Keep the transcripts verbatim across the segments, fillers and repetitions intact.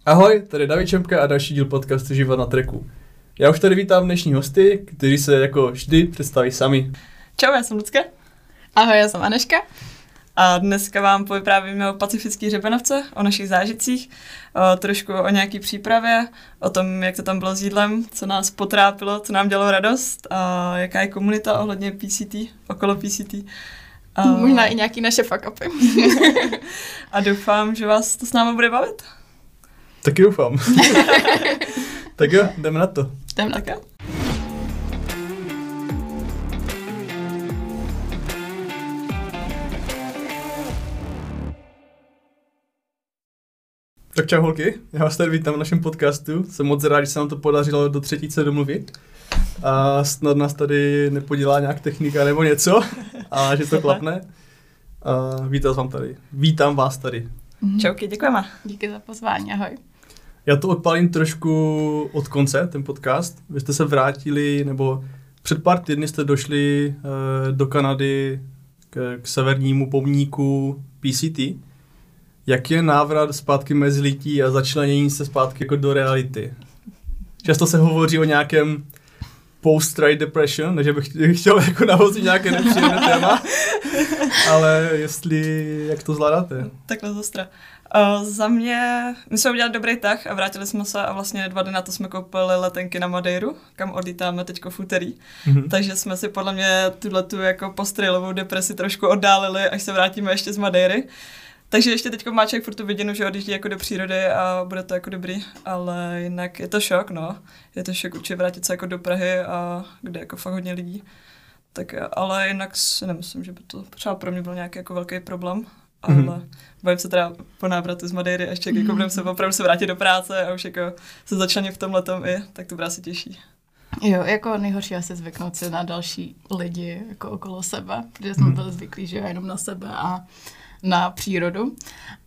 Ahoj, tady David Čempka a další díl podcastu Život na treku. Já už tady vítám dnešní hosty, kteří se jako vždy představí sami. Čau, já jsem Lucka. Ahoj, já jsem Aneška. A dneska vám povyprávíme o pacifické hřebenovce, o našich zážitcích, o trošku o nějaký přípravě, o tom, jak to tam bylo s jídlem, co nás potrápilo, co nám dělalo radost a jaká je komunita ohledně P C T, okolo P C T. A... Možná i nějaký naše fuck upy. A doufám, že vás to s námi bude bavit. Taky doufám. Tak jo, jdeme na to. Jdeme na to. Tak čau holky, já vás tady vítám v našem podcastu. Jsem moc rád, že se nám to podařilo do třetice domluvit. A snad nás tady nepodělá nějak technika nebo něco, a že to klapne. A vítám vás tady. Vítám vás tady. Čauky, děkujeme. Díky za pozvání, ahoj. Já to odpálím trošku od konce, ten podcast. Vy jste se vrátili, nebo před pár týdny jste došli uh, do Kanady k, k severnímu pomníku P C T. Jak je návrat zpátky mezi lidí a začlenění se zpátky jako do reality? Často se hovoří o nějakém post-trade depression, než bych chtěl jako navozit nějaké nepříjemné téma, ale jestli, jak to zvládáte? Takhle zostra. Uh, za mě, my jsme udělali dobrý tah a vrátili jsme se a vlastně dva dny na to jsme koupili letenky na Madeiru, kam odlítáme teďko v úterý. Mm-hmm. Takže jsme si podle mě tuhletu jako post-trailovou depresi trošku oddálili, až se vrátíme ještě z Madeiry. Takže ještě teď má člověk furt tu vidinu, že odjíždí jako do přírody a bude to jako dobrý, ale jinak je to šok, no. Je to šok určitě vrátit se jako do Prahy a kde jako fakt hodně lidí. Tak, ale jinak si nemyslím, že by to třeba pro mě byl nějaký jako velký problém, ale mm-hmm. bojím se teda po návratu z Madeiry, ještě jako budeme se opravdu se vrátit do práce a už jako se začlenit v tomhletom i, tak to bude asi těžší. Jo, jako nejhorší asi zvyknout si na další lidi jako okolo sebe, protože jsme mm-hmm. byli zvyklí, že jenom na sebe a na přírodu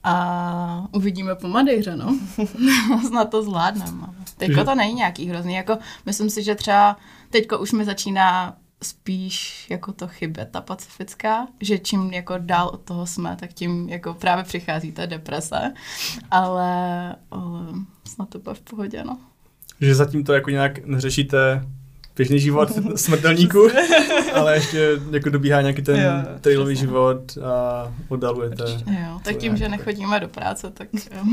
a uvidíme po Madeiře, no. Snad to zvládneme. Teďko to není nějaký hrozný, jako myslím si, že třeba teďko už mi začíná spíš jako to chybět, ta pacifická, že čím jako dál od toho jsme, tak tím jako právě přichází ta deprese, ale, ale snad to bude v pohodě, no. Že zatím to jako nějak neřešíte běžný život smrtelníků, ale ještě jako dobíhá nějaký ten jo, trailový přesně. život a oddalujete. Jo, tak tím, že nechodíme do práce, tak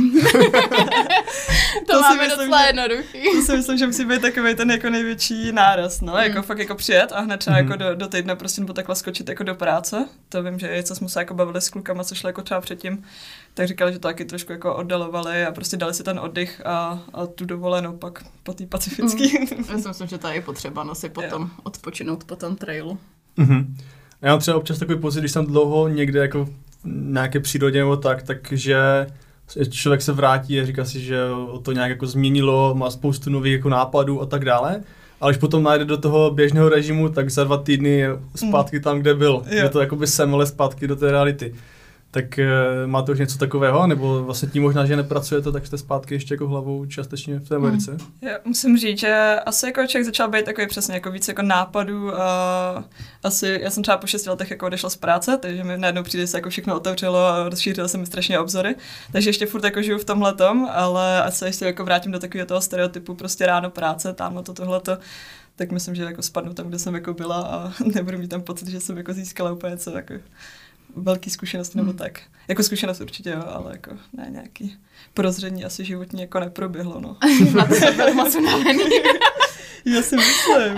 to, to máme myslím, docela jednoduchý. To si myslím, že musí být takový ten jako největší náraz, no, mm. jako fakt jako přijet a hned třeba mm. jako do, do týdne prostě nebo takhle skočit jako do práce. To vím, že co jsme se jako bavili s klukama, co šli jako třeba předtím, tak říkali, že to taky trošku jako oddalovali a prostě dali si ten oddych a, a tu dovolenou pak po té pacifický. Mm. Já si myslím, že to je potřeba no si potom jo. odpočinout po tom trailu. Mm-hmm. Já mám třeba občas takový pocit, když jsem dlouho někde jako v nějaké přírodě nebo tak, takže člověk se vrátí a říká si, že to nějak jako změnilo, má spoustu nových jako nápadů a tak dále. Ale když potom najde do toho běžného režimu, tak za dva týdny je zpátky tam, kde byl. Jo. Je to jakoby sem, ale zpátky do té reality. Tak e, máte už něco takového? Nebo vlastně tím možná, že nepracujete, tak jste zpátky ještě jako hlavou částečně v té Americe? Hmm. Já musím říct, že asi jako člověk začal být takový přesně jako víc jako nápadů a asi, já jsem třeba po šesti letech jako odešla z práce, takže mi najednou přijde se jako všechno otevřelo a rozšířilo se mi strašně obzory, takže ještě furt jako žiju v tomhletom, ale asi ještě jako vrátím do takového toho stereotypu prostě ráno práce, tamhle to tohleto, tak myslím, že jako spadnu tam, kde jsem jako byla a nebudu mít tam pocit, že jsem jako získala úplně něco jako velký zkušenost nebo tak. Jako zkušenost určitě, jo, ale jako ne, nějaký prozření asi životní jako neproběhlo, no. Na to jsem byl moc unavený. Já si myslím.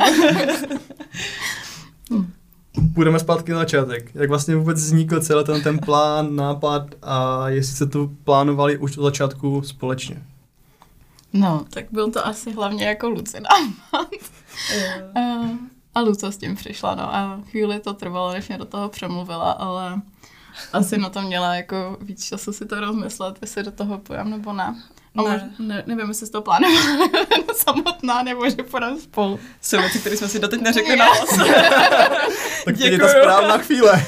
Půjdeme zpátky na začátek. Jak vlastně vůbec vznikl celý ten, ten plán, nápad a jestli se to plánovali už od začátku společně? No, tak byl to asi hlavně jako Luci nápad. uh, a Luca s tím přišla, no a chvíli to trvalo, než mě do toho přemluvila, ale asi na to měla jako víc času si to rozmyslet, jestli do toho půjdem nebo ne. A ne. ne, nevím, jestli jsi to plánovala samotná, nebo že půjdem spolu. Jsou věci, které jsme si doteď neřekli na hlas. Tak teď je to správná chvíle.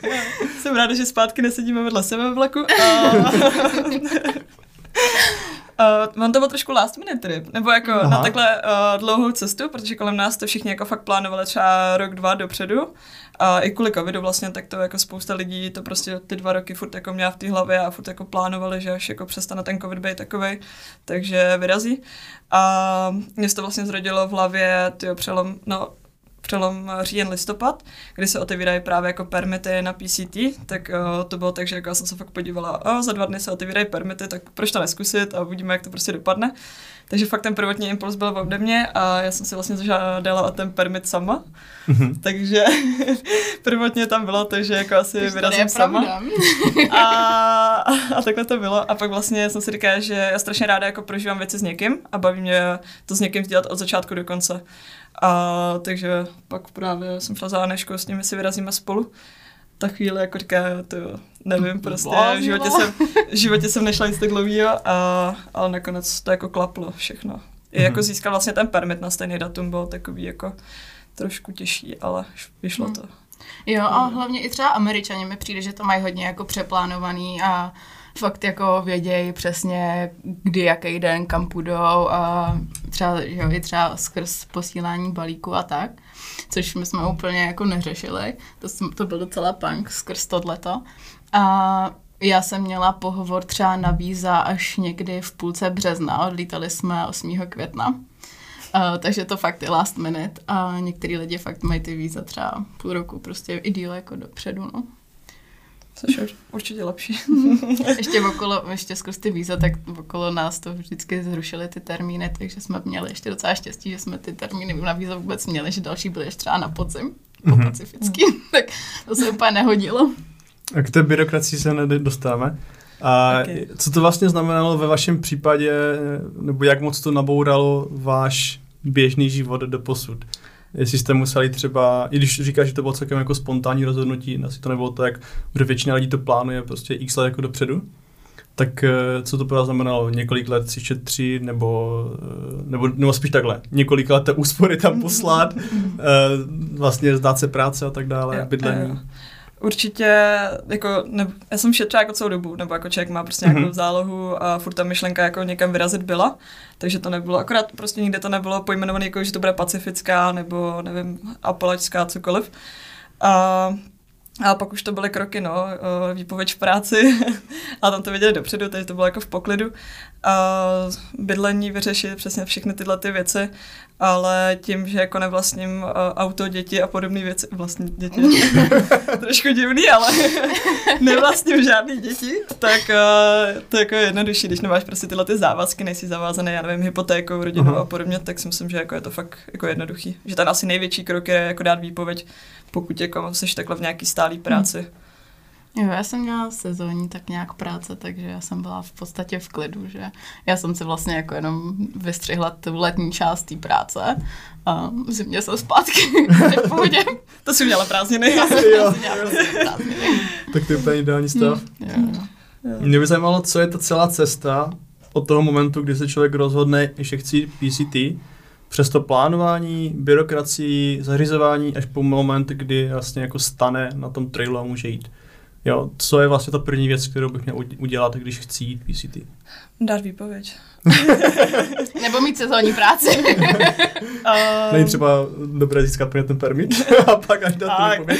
Jsem ráda, že zpátky nesedíme vedle sebe v vlaku. A... Uh, mám to byl trošku last minute trip, nebo jako Aha. na takhle uh, dlouhou cestu, protože kolem nás to všichni jako fakt plánovali třeba rok, dva dopředu. A i kvůli covidu vlastně, tak to jako spousta lidí to prostě ty dva roky furt jako měla v té hlavě a furt jako plánovali, že až jako přestane ten covid být takovej, takže vyrazí. A mě se to vlastně zrodilo v hlavě, tyjo, přelom, no, přelom říjen listopad, kdy se otevírají právě jako permity na P C T, tak uh, to bylo tak, že jako já jsem se fakt podívala, oh, za dva dny se otevírají permity, tak proč to neskusit a uvidíme, jak to prostě dopadne. Takže fakt ten prvotní impuls byl ode mě a já jsem si vlastně zažádala o ten permit sama. Mm-hmm. Takže prvotně tam bylo to, že jako asi vyrazím sama. A, a takhle to bylo. A pak vlastně jsem si říkala, že já strašně ráda jako prožívám věci s někým a baví mě to s někým dělat od začátku do konce. A takže pak právě jsem šla za Aneškou, s nimi si vyrazíme spolu. Ta chvíli jako říká, to nevím, prostě v životě jsem, v životě jsem nešla nic tak dlouhýho, a, ale nakonec to jako klaplo všechno. I jako získal vlastně ten permit na stejný datum, bylo takový jako trošku těžší, ale vyšlo to. Jo, a hlavně i třeba Američani mi přijde, že to mají hodně jako přeplánovaný a fakt jako vědějí přesně, kdy, jaký den, kam půjdou a třeba, jo, i třeba skrz posílání balíku a tak, což my jsme úplně jako neřešili. To, jsem, to byl docela punk skrz tohleto. A já jsem měla pohovor třeba na víza až někdy v půlce března, odlítali jsme osmého května. Uh, takže to fakt je last minute a některý lidi fakt mají ty víza třeba půl roku, prostě i díl jako dopředu, no. Což je určitě lepší. ještě okolo, ještě skrz ty víza, tak okolo nás to vždycky zrušili ty termíny, takže jsme měli ještě docela štěstí, že jsme ty termíny na víza vůbec měli, že další byly ještě třeba na podzim, po mm-hmm. pacifický, tak to se úplně nehodilo. A k té byrokracii se nedostáváme. A okay. Co to vlastně znamenalo ve vašem případě, nebo jak moc to nabouralo váš běžný život do posud? Jestli jste museli třeba, i když říkáš, že to bylo celkem jako spontánní rozhodnutí, asi to nebylo to, jak většina lidí to plánuje prostě x let jako dopředu, tak co to pro vás znamenalo? Několik let si šetřit, nebo, nebo, nebo spíš takhle, několik let úspory tam poslat, vlastně zdát se práce a tak dále, bydlení? Určitě, jako, ne, já jsem šetřila jako celou dobu, nebo jako člověk má prostě nějakou mm-hmm. zálohu a furt ta myšlenka jako někam vyrazit byla, takže to nebylo, akorát prostě nikde to nebylo pojmenované jako, že to bude pacifická, nebo nevím, apalačská, cokoliv. A, a pak už to byly kroky, no, výpověď v práci a tam to viděli dopředu, takže to bylo jako v poklidu. A bydlení vyřešit přesně všechny tyhle ty věci, ale tím, že jako nevlastním uh, auto, děti a podobné věci, vlastní děti, trošku divný, ale nevlastním žádný děti, tak uh, to jako je jednodušší, když nemáš prostě tyhle ty závazky, nejsi zavázaný, já nevím, hypotékou, rodinou uh-huh. a podobně, tak si myslím, že jako je to fakt jako jednoduchý. Že ten asi největší krok je jako dát výpověď, pokud jako jsi takhle v nějaký stálý práci. Hmm. Jo, já jsem měla sezónní tak nějak práce, takže já jsem byla v podstatě v klidu, že já jsem si vlastně jako jenom vystřihla tu letní část té práce a v zimě jsem zpátky v pohodě. To si udělala prázdniny. Já jsem jo, si dělala prostě prázdniny. Tak to je úplně ideální stav. Mm, jo, jo. Mě by zajímalo, co je ta celá cesta od toho momentu, kdy se člověk rozhodne, že chce P C T, přes to plánování, byrokracii, zařizování, až po moment, kdy vlastně jako stane na tom trailu a může jít. Jo, co je vlastně ta první věc, kterou bych měl udělat, když chci jít P C T? Dát výpověď. Nebo mít sezónní práci. um, Není třeba dobré získat ten permit a pak až dát tu výpověď?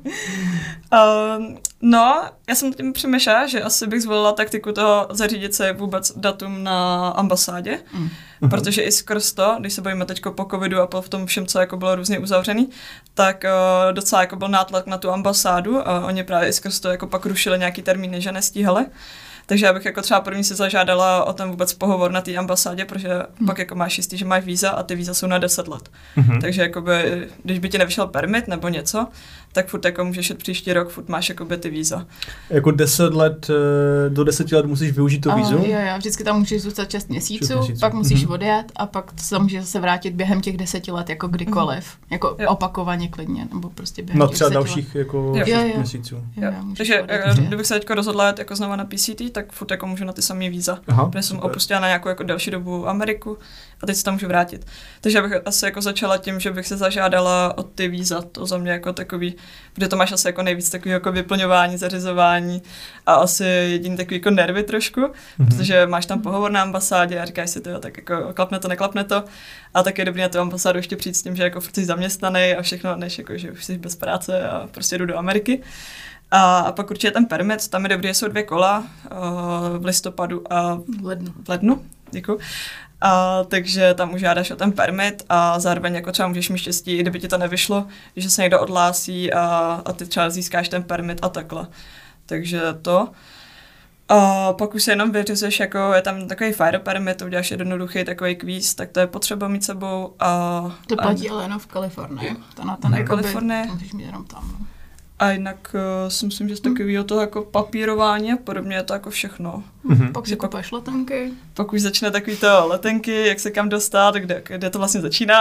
um, no, já jsem tím přemýšlela, že asi bych zvolila taktiku toho zařídit se vůbec datum na ambasádě, mm. protože i skrz to, když se bavíme teďko po covidu a po tom všem, co jako bylo různě uzavřený, tak uh, docela jako byl nátlak na tu ambasádu a oni právě i skrz to jako pak rušili nějaký termíny, že nestíhali. Takže já bych jako třeba první si zažádala o ten vůbec pohovor na té ambasádě, protože hmm. pak jako máš jistý, že máš víza a ty víza jsou na deset let. Hmm. Takže jakoby, když by ti nevyšel permit nebo něco, tak furt jako můžeš jít příští rok, furt máš jakoby ty víza. Jako deset let, do deseti let musíš využít to vízu? Jo, jo, vždycky tam můžeš zůstat šest měsíců, šest měsíců, pak musíš hmm. odjet a pak se můžeš zase vrátit během těch deseti let, jako kdykoliv. Hmm. Jako jo. opakovaně klidně, nebo prostě během no, těch třeba deseti dalších let. jako jo. šest Jo, jo. měsíců. Jo, jo, takže kdybych se teďko rozhodla jet jako znova na P C T, tak furt jako můžu na ty samé víza. Aha, protože jsem opustila na nějakou jako delší dobu Ameriku a teď se tam můžu vrátit. Takže bych asi jako začala tím, že bych se zažádala o ty víza, to za mě jako takový, protože to máš asi jako nejvíc takový jako vyplňování, zařizování a asi jediný takový jako nervy trošku, mm-hmm. protože máš tam pohovor na ambasádě a říkáš si to, tak jako klapne to, neklapne to a tak je dobrý na tu ambasádu ještě přijít s tím, že jako jsi zaměstnaný a všechno, než jako, že už jsi bez práce a prostě jdu do Ameriky. A, a pak určitě ten permit, tam je dobrý, jsou dvě kola uh, v listopadu a v lednu. V lednu, děkuji. A, takže tam už žádáš o ten permit a zároveň jako třeba můžeš mít štěstí, kdyby ti to nevyšlo, že se někdo odhlásí a, a ty třeba získáš ten permit a takhle. Takže to. A pak už se jenom vyřizuješ, jako je tam takový fire permit, to uděláš jednoduchý takový kvíz, tak to je potřeba mít sebou. A, to platí a, ale jenom v Kalifornii. To na to v Kalifornii. Můžeš mít jenom tam. A jinak uh, si myslím, že z takového toho jako papírování a podobně je to jako všechno. Mm-hmm. Pak si kupuješ letenky. Pak už začne takový to letenky, jak se kam dostat, kde, kde to vlastně začíná.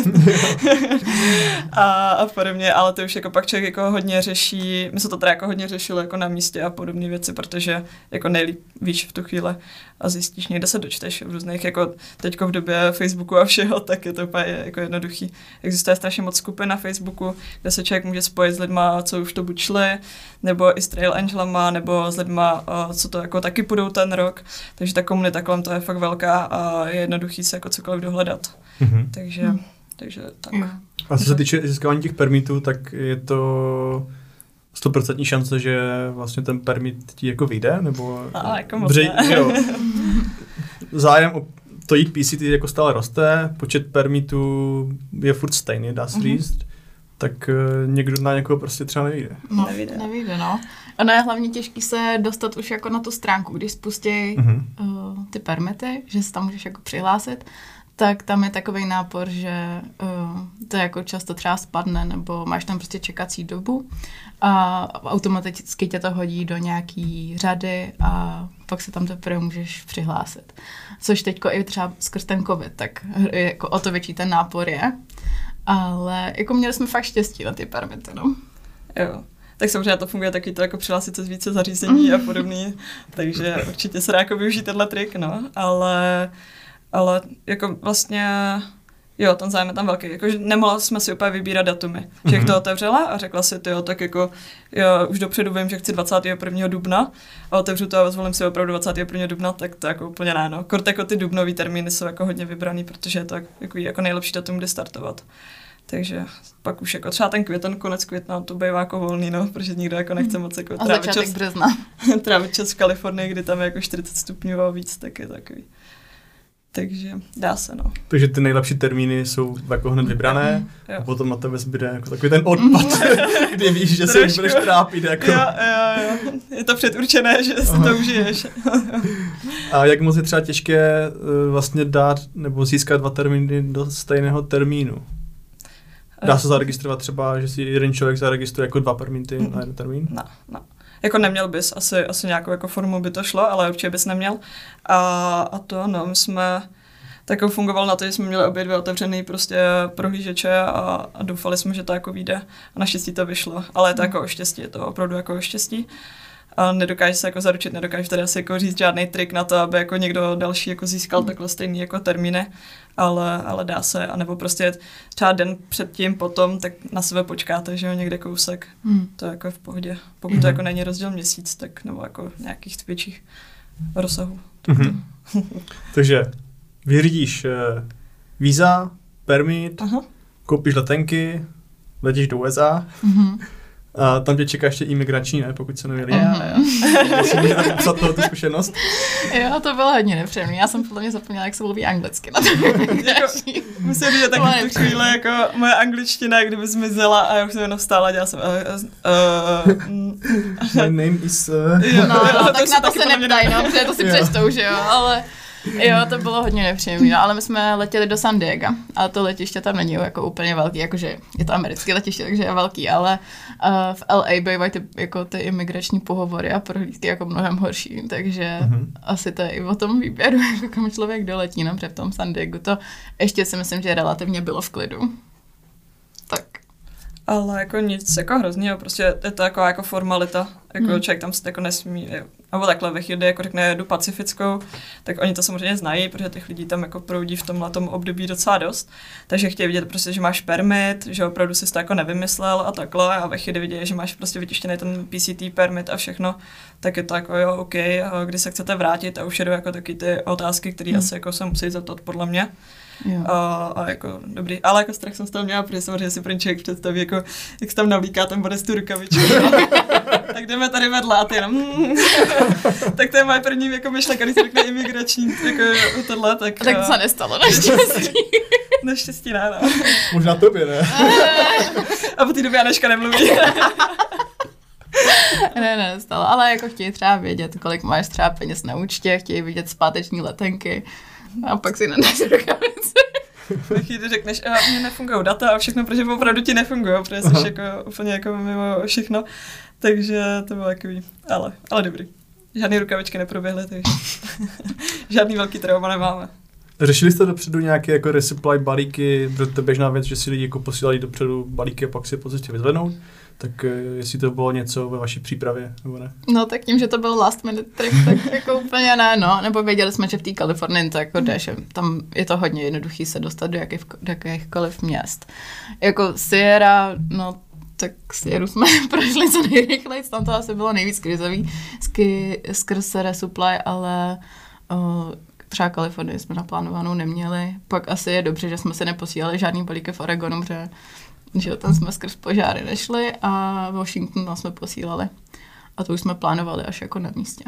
a, a podobně, ale to už jako pak člověk jako hodně řeší, my se to teda jako hodně řešilo jako na místě a podobné věci, protože jako nejlíp víš v tu chvíli a zjistíš, někde se dočteš v různých, jako teďko v době Facebooku a všeho, tak je to úplně jako jednoduchý. Existuje strašně moc skupin na Facebooku, kde se člověk může spojit s lidma, co už to buď šli, nebo i s Trail Angelama, nebo s lidma, co to jako taky půjdou ten rok. Takže ta komunita kolem to je fakt velká a je jednoduchý se jako cokoliv dohledat. Mm-hmm. Takže, mm. takže tak. Mm. A co se týče získávání těch permitů, tak je to sto procent šance, že vlastně ten permit ti jako vyjde, nebo... A, jako moc Bři, jo. Zájem o to jít P C T jako stále roste, počet permitů je furt stejný, dá se říct. Mm-hmm. Tak uh, někdo na někoho prostě třeba nevyjde. No, nevyjde. nevyjde, no. Ono je hlavně těžký se dostat už jako na tu stránku, když spustí mm-hmm. uh, ty permity, že se tam můžeš jako přihlásit, tak tam je takový nápor, že uh, to jako často třeba spadne, nebo máš tam prostě čekací dobu a automaticky tě to hodí do nějaký řady a pak se tam teprve můžeš přihlásit. Což teďko i třeba skrz ten covid, tak jako o to větší ten nápor je. Ale jako měli jsme fakt štěstí na ty permity, no. Jo. Tak samozřejmě to funguje taky to jako přihlásit se z více zařízení a podobný, takže určitě se dá jako využít tenhle trik, no, ale, ale jako vlastně, jo, ten zájem je tam velký, jakože nemohla jsme si úplně vybírat datumy, že jak to otevřela a řekla si, tyjo, tak jako, jo, už dopředu vím, že chci dvacátého prvního dubna a otevřu to a zvolím si opravdu dvacátého prvního dubna, tak to jako úplně ne, no. Kort jako ty dubnový termíny jsou jako hodně vybraný, protože je to jako, jako nejlepší datum, kde startovat. Takže pak už jako třeba ten květen, konec května, to bývá jako volný, no, protože nikdo jako nechce moc jako a trávit čas, března. trávit čas v Kalifornii, kdy tam je jako čtyřicet stupňů a víc, tak je takový. Takže dá se, no. Takže ty nejlepší termíny jsou jako hned vybrané a potom na tebe zbyde jako takový ten odpad, kdy víš, že se jim budeš trápit. Jako. Jo, jo, jo. Je to předurčené, že si to užiješ. A jak moc je třeba těžké vlastně dát nebo získat dva termíny do stejného termínu? Dá se zaregistrovat třeba, že si jeden člověk zaregistruje jako dva permity mm. na jeden termín? No, no. Jako neměl bys, asi, asi nějakou jako formu by to šlo, ale určitě bys neměl. A, a to, no, my jsme takovou fungoval na to, že jsme měli obě dvě otevřený prostě prohlížeče a, a doufali jsme, že to jako vyjde. A naštěstí to vyšlo, ale je to mm. jako o štěstí, je to opravdu jako o štěstí. A nedokážeš se jako zaručit, nedokážeš tady asi jako říct žádný trik na to, aby jako někdo další jako získal mm. takhle stejný jako termíny, ale, ale dá se, anebo prostě třeba den předtím, potom, tak na sebe počkáte, že jo, někde kousek, mm. to je jako v pohodě. Pokud mm. to jako není rozdíl měsíc, tak nebo jako nějakých větších rozsahů. Mm-hmm. Takže vyřídíš uh, víza, permit, Aha. koupíš letenky, letíš do U S A, mm-hmm. a tam tě čeká ještě imigrační, ne, pokud se nevěří. Jo, jo. Jestli můžete popsat toho tu zkušenost? Jo, to bylo hodně nepříjemné. Já jsem podle mě zapomněla, jak se mluví anglicky. Na jako, musím říct, že taky tu chvíli jako moje angličtina, kdyby zmizela a já už jsem jenom vstála a dělala jsem... Uh, uh, My name is... Uh... Jo, no, no, tak na to se neptají, no, protože to si přečtou, že jo, ale... Jo, to bylo hodně nepříjemné, no, ale my jsme letěli do San Diega a to letiště tam není jako úplně velký, jakože je to americké letiště, takže je velký, ale uh, v L A bývají ty, jako ty imigrační pohovory a prohlídky jako mnohem horší, takže uh-huh. asi to je i o tom výběru, jako kam člověk doletí, no, protože v tom San Diegu to ještě si myslím, že relativně bylo v klidu. Tak. Ale jako nic jako hroznýho, prostě je to jako, jako formalita, jako hmm. člověk tam jako nesmí, nebo takhle ve chvíli, jako řekne, jedu pacifickou, tak oni to samozřejmě znají, protože těch lidí tam jako proudí v tomhletom období docela dost, takže chtějí vidět prostě, že máš permit, že opravdu jsi to jako nevymyslel a takhle a ve chvíli vidí, že máš prostě vytištěný ten P C T permit a všechno, tak je to jako jo, OK, kdy se chcete vrátit a už jedu jako taky ty otázky, které hmm. asi jako se musí zeptat podle mě. A, a jako dobrý, ale jako strach jsem z toho měla, protože samozřejmě si první člověk představí, jako, jak se tam navlíká ten bodec tu rukavičku. Tak jdeme tady vedle a ty jenom mm. Tak to je moje první jako myšlenka, když se řekne imigrační, jako tohle, tak... A tak to se nestalo, naštěstí. Naštěstí ne, no. Možná tobě, ne? A po té době Anežka nemluví. Ne, ne, nestalo, ale jako chtějí třeba vědět, kolik máš třeba peněz na účtě, chtějí vidět zpáteční letenky. A pak si nedáš rukavici. Když ty řekneš, a mně nefungují data a všechno, protože opravdu ti nefungují, protože jsi jako, úplně jako mimo všechno. Takže to bylo takový, ale, ale dobrý. Žádný rukavičky neproběhly, takže žádný velký trauma nemáme. Řešili jste dopředu nějaké jako resupply balíky, protože to je běžná věc, že si lidi jako posílají dopředu balíky a pak si je po cestě vyzvednou. Tak jestli to bylo něco ve vaší přípravě, nebo ne? No tak tím, že to byl last minute trip, tak jako úplně ne, no. Nebo věděli jsme, že v té Kalifornii to jako jde, že tam je to hodně jednoduchý se dostat do, jakých, do jakýchkoliv měst. Jako Sierra, no tak Sierru jsme prošli co nejrychleji, tam to asi bylo nejvíc krizový sky, skrz resupply, ale uh, třeba Kalifornii jsme naplánovanou neměli. Pak asi je dobře, že jsme se neposílali žádný balíky v Oregonu, protože že tam jsme skrz požáry nešli a Washington tam jsme posílali. A to už jsme plánovali až jako na místě.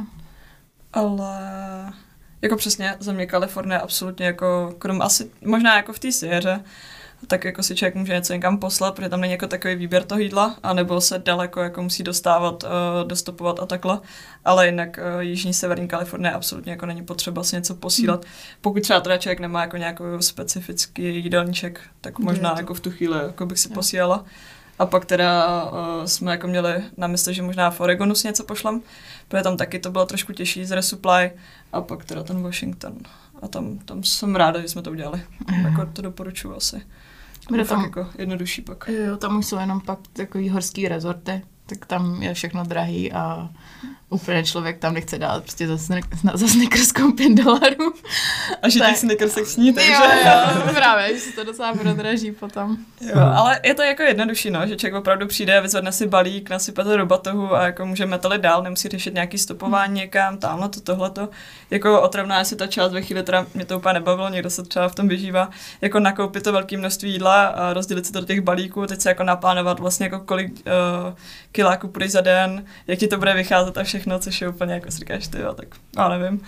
Ale jako přesně za mě Kalifornie absolutně jako, krom asi možná jako v té Sierře, tak jako si člověk může něco někam poslat, protože tam není jako takový výběr toho jídla, anebo se daleko jako musí dostávat, uh, dostupovat a takhle. Ale jinak uh, jižní severní Kalifornie absolutně jako není potřeba si něco posílat. Hmm. Pokud třeba teda člověk nemá jako nějaký specifický jídelníček, tak možná jako v tu chvíli jako bych si posílala. A pak teda uh, jsme jako měli na mysli, že možná v Oregonu si něco pošlem, protože tam taky to bylo trošku těžší z resupply. A pak teda ten Washington. A tam, tam jsem ráda, že jsme to udělali. Mm. Jako to doporučuji asi. Bude tam jako jednodušší pak. Jo, tam už jsou jenom pak takový horský rezorty, tak tam je všechno drahý a úplně člověk tam nechce dát prostě za, snek- za snickerskou pět dolarů. A že těch snickersek sní, takže... Jo, jo, právě, že se to docela prodraží potom. Jo, ale je to jako jednodušší, no, že člověk opravdu přijde, vyzvedne si balík, nasype to do batohu a jako může metalit dál, nemusí řešit nějaký stopování někam, tamhle to, tohleto. Jako otravná si ta část ve chvíli, teda mě to úplně nebavilo, někdo se třeba v tom vyžívá, jako nakoupit to velké množství jídla a rozdělit si to do těch balíků, teď se jako naplánovat vlastně jako kolik uh, kiláků půjdeš za den, jak ti to bude vycházet a všechno, což je úplně jako si říkáš, ty jo, tak já nevím.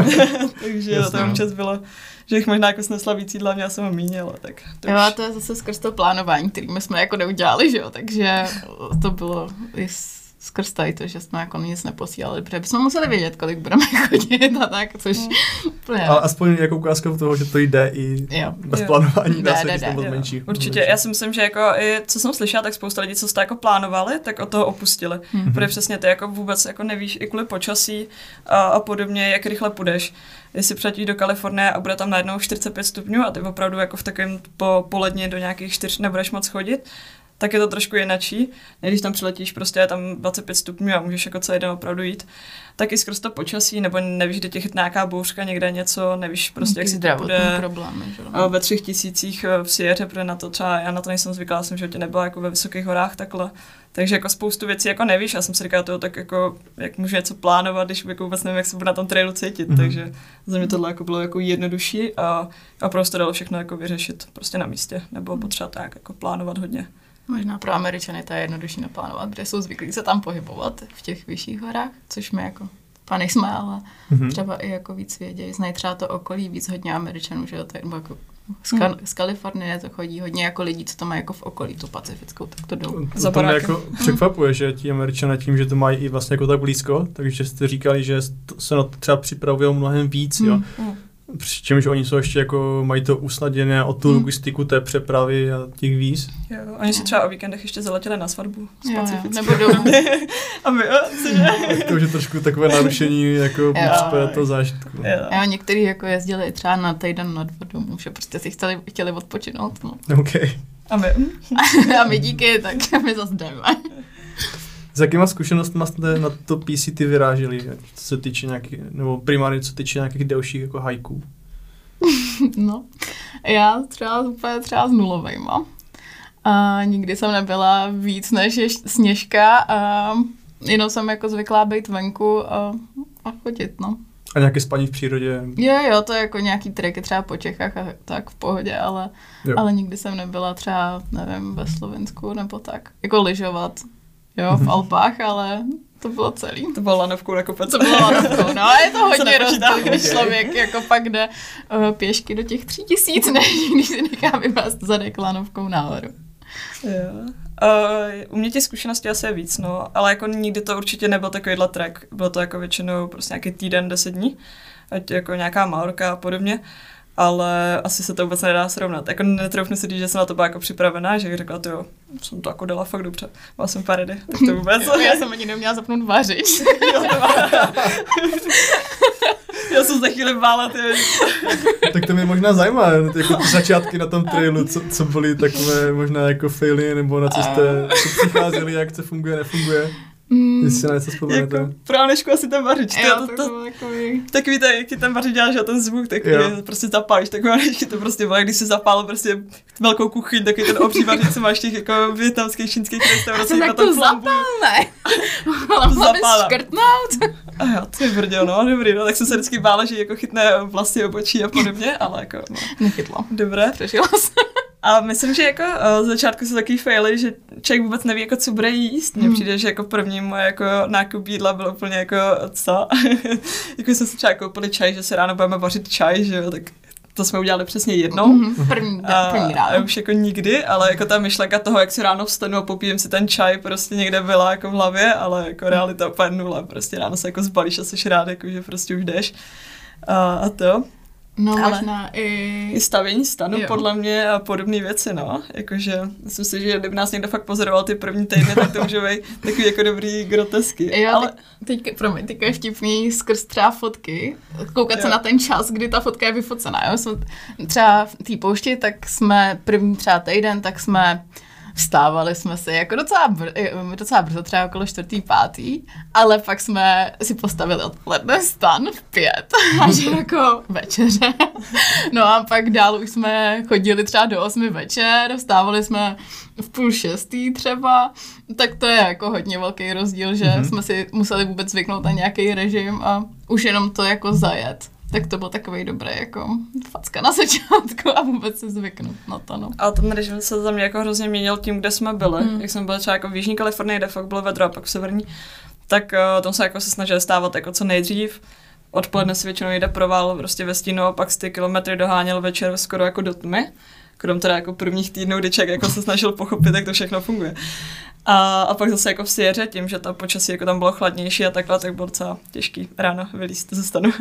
Takže jasně, to občas bylo, že jich možná jako snesla víc jídla, měla jsem ho míň, ale tak. To jo, už... a to je zase skrz to plánování, který my jsme jako neudělali, že jo, takže to bylo i skrz tady to, že jsme jako nic neposílali, protože bychom museli vědět, kolik budeme chodit a tak, což... Mm. Ale aspoň jako ukázka toho, že to jde i jo. bez plánování, dá se když to moc menší. Určitě, já si myslím, že jako i, co jsem slyšela, tak spousta lidí, co jste jako plánovali, tak od toho opustili. Mm-hmm. Protože přesně ty jako vůbec jako nevíš i kvůli počasí a, a podobně, jak rychle půjdeš. Jestli přiletíš do Kalifornie a bude tam najednou čtyřicet pět stupňů a ty opravdu jako v takovém po, poledni do nějakých čtyř nebudeš moc chodit, tak je to trošku jinačí. Když tam přiletíš, prostě je tam dvacet pět stupňů a můžeš jako celý den opravdu jít. Tak i skrz to počasí, nebo nevíš, kde tě chytne nějaká bouřka, někde něco, nevíš prostě, jak si to bude problémy, že? Ve třech tisících v Sierře, protože na to třeba, já na to nejsem zvyklá, jsem, že tě nebyla jako ve vysokých horách takhle. Takže jako spoustu věcí jako nevíš, já jsem si říkala toho, tak jako, jak můžu něco plánovat, když jako vůbec nevím, jak se budu na tom trailu cítit, mm-hmm. takže za mě tohle jako bylo jako jednodušší a, a prostě dalo všechno jako vyřešit prostě na místě, nebo potřeba tak jako plánovat hodně. Možná pro Američany to je jednodušší naplánovat, protože jsou zvyklí se tam pohybovat v těch vyšších horách, což my jako pane jsme, ale mm-hmm. třeba i jako víc vědějí. Znají třeba to okolí víc hodně Američanů, že jo, to je, jako z, Ka- z Kalifornie to chodí hodně jako lidí, co to mají jako v okolí, tu pacifickou, tak to jdou. To, to mě jako překvapuje, že ti Američané tím, že to mají i vlastně jako tak blízko, takže jste říkali, že se na to třeba připravují mnohem víc, jo. Mm. Přičemž oni jsou ještě jako, mají to usnadněné o tu hmm. logistiku té přepravy a těch víz. Jo, oni si třeba o víkendech ještě zaletěli na svatbu z Pacifickou. Nebo domů. A my, jo, cože? To už je trošku takové narušení jako toho zážitku. Jo. Jo, někteří jako jezdili třeba na týden na dva domů, že prostě si chtěli, chtěli odpočinout. No. Okay. A my? A my díky, tak my zase jdeme. S jakýma zkušenostmi jste na to P C T vyráželi, co se týče nějaký, nebo primárně co se týče nějakých delších jako hajků? No, já třeba úplně třeba s nulovejma. A nikdy jsem nebyla víc než je Sněžka a jenom jsem jako zvyklá být venku a, a chodit, no. A nějaké spaní v přírodě? Jo, jo, to je jako nějaký triky třeba po Čechách a tak v pohodě, ale, ale nikdy jsem nebyla třeba, nevím, ve Slovensku nebo tak. Jako lyžovat, jo, v Alpách, ale to bylo celý. To bylo lanovkou na kopec. To bylo lanovkou, no a je to hodně rozdíl, když člověk jako pak jde uh, pěšky do těch tří tisíc, než když si nechá vyvést zadek lanovkou nahoru. Jo. Uh, u mě těch zkušeností asi je víc, no, ale jako nikdy to určitě nebyl takovýhle track, bylo to jako většinou prostě nějaký týden, deset dní, ať jako nějaká Majorka a podobně, ale asi se to vůbec nedá srovnat. Jako netroufnu si říct, že jsem na to byla jako připravená, že řekla, to jo, jsem to jako dala fakt dobře, byla jsem paredy, tak to vůbec. Jo, já jsem ani neměla zapnout vařič. Já jsem za chvíli bála, ty. Tak to mě možná zajímá, jako ty začátky na tom trailu, co, co byly takové možná jako faily, nebo na co jste co přicházeli, jak to funguje, nefunguje. Mm, jestli na něco vzpomenete. Jako pro Anešku asi ten vařič. Jo, to, to, to, to, takový. Tak víte, jak ti ten vařič dělá, že ten zvuk, tak je, prostě zapálíš takovou Anešky, to prostě bylo, když si zapál prostě velkou kuchyň, taky ten obří vařič, co máš těch jako větnamských, čínských restauracích. Tak to zapál, ne. Zapála. Škrtnout. A jo, to je brděl, no, dobrý, no, tak jsem se vždycky bála, že jako chytne vlastně obočí a podobně, ale jako, no. Nechytlo. Dobré. Přežila jsem. A myslím, že jako uh, z začátku jsou takový faily, že člověk vůbec neví, jako co bude jíst. Mně hmm. přijde, že jako první moje jako nákup jídla bylo úplně jako co? Jako jsme si třeba koupili čaj, že se ráno budeme vařit čaj, že jo, tak to jsme udělali přesně jednou. Mm-hmm. První, a, první ráno. A už jako nikdy, ale jako ta myšlenka toho, jak si ráno vstanu a popijím si ten čaj, prostě někde byla jako v hlavě, ale jako realita úplně nula. Prostě ráno se jako zbalíš a jsi rád, jako že prostě už jdeš. A, a to. No ale možná i... I stavění stanu, jo. podle mě, a podobné věci, no. Jakože, myslím si, že kdyby nás někdo fakt pozoroval ty první týdny, tak to může být takový jako dobrý grotesky. Jo, ale... teď, teď, promiň, teďka je vtipný skrz třeba fotky, koukat jo. se na ten čas, kdy ta fotka je vyfocená. Jo? Jsme třeba v té poušti, tak jsme první třeba týden, tak jsme vstávali jsme si jako docela, br- docela brzo, třeba okolo čtvrtý, pátý, ale pak jsme si postavili odpoledne stan v pět, až jako večeře. No a pak dál už jsme chodili třeba do osmi večer, vstávali jsme v půl šestý třeba, tak to je jako hodně velký rozdíl, že mm-hmm. jsme si museli vůbec zvyknout na nějaký režim a už jenom to jako zajet. Tak to byl takovej dobrý jako facka na začátku a vůbec se zvyknout na to, no. A ten režim se za mě jako hrozně měnil tím, kde jsme byli. Hmm. Jak jsme byli třeba jako v Jižní Kalifornii, kde fakt bylo vedro a pak v severní, tak uh, tam se jako se snažili stávat jako co nejdřív. Odpoledne si většinou jde proval prostě ve stínu a pak z ty kilometry doháněl večer skoro jako do tmy. Krom teda jako prvních týdnů, kdy člověk jako se snažil pochopit, jak to všechno funguje. A, a pak zase jako v Sierře, tím, že ta počasí jako tam bylo chladnější a takhle, tak bylo docela těžký ráno vylízt ze stanu.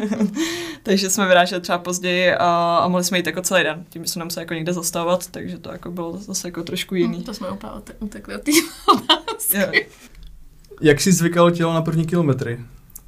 Takže jsme vyráželi třeba později a, a mohli jsme jít jako celý den. Tím jsme nemuseli jako někde zastavovat, takže to jako bylo zase jako trošku jiný. No, to jsme úplně utekli od té otázky. Jak jsi zvykalo tělo na první kilometry?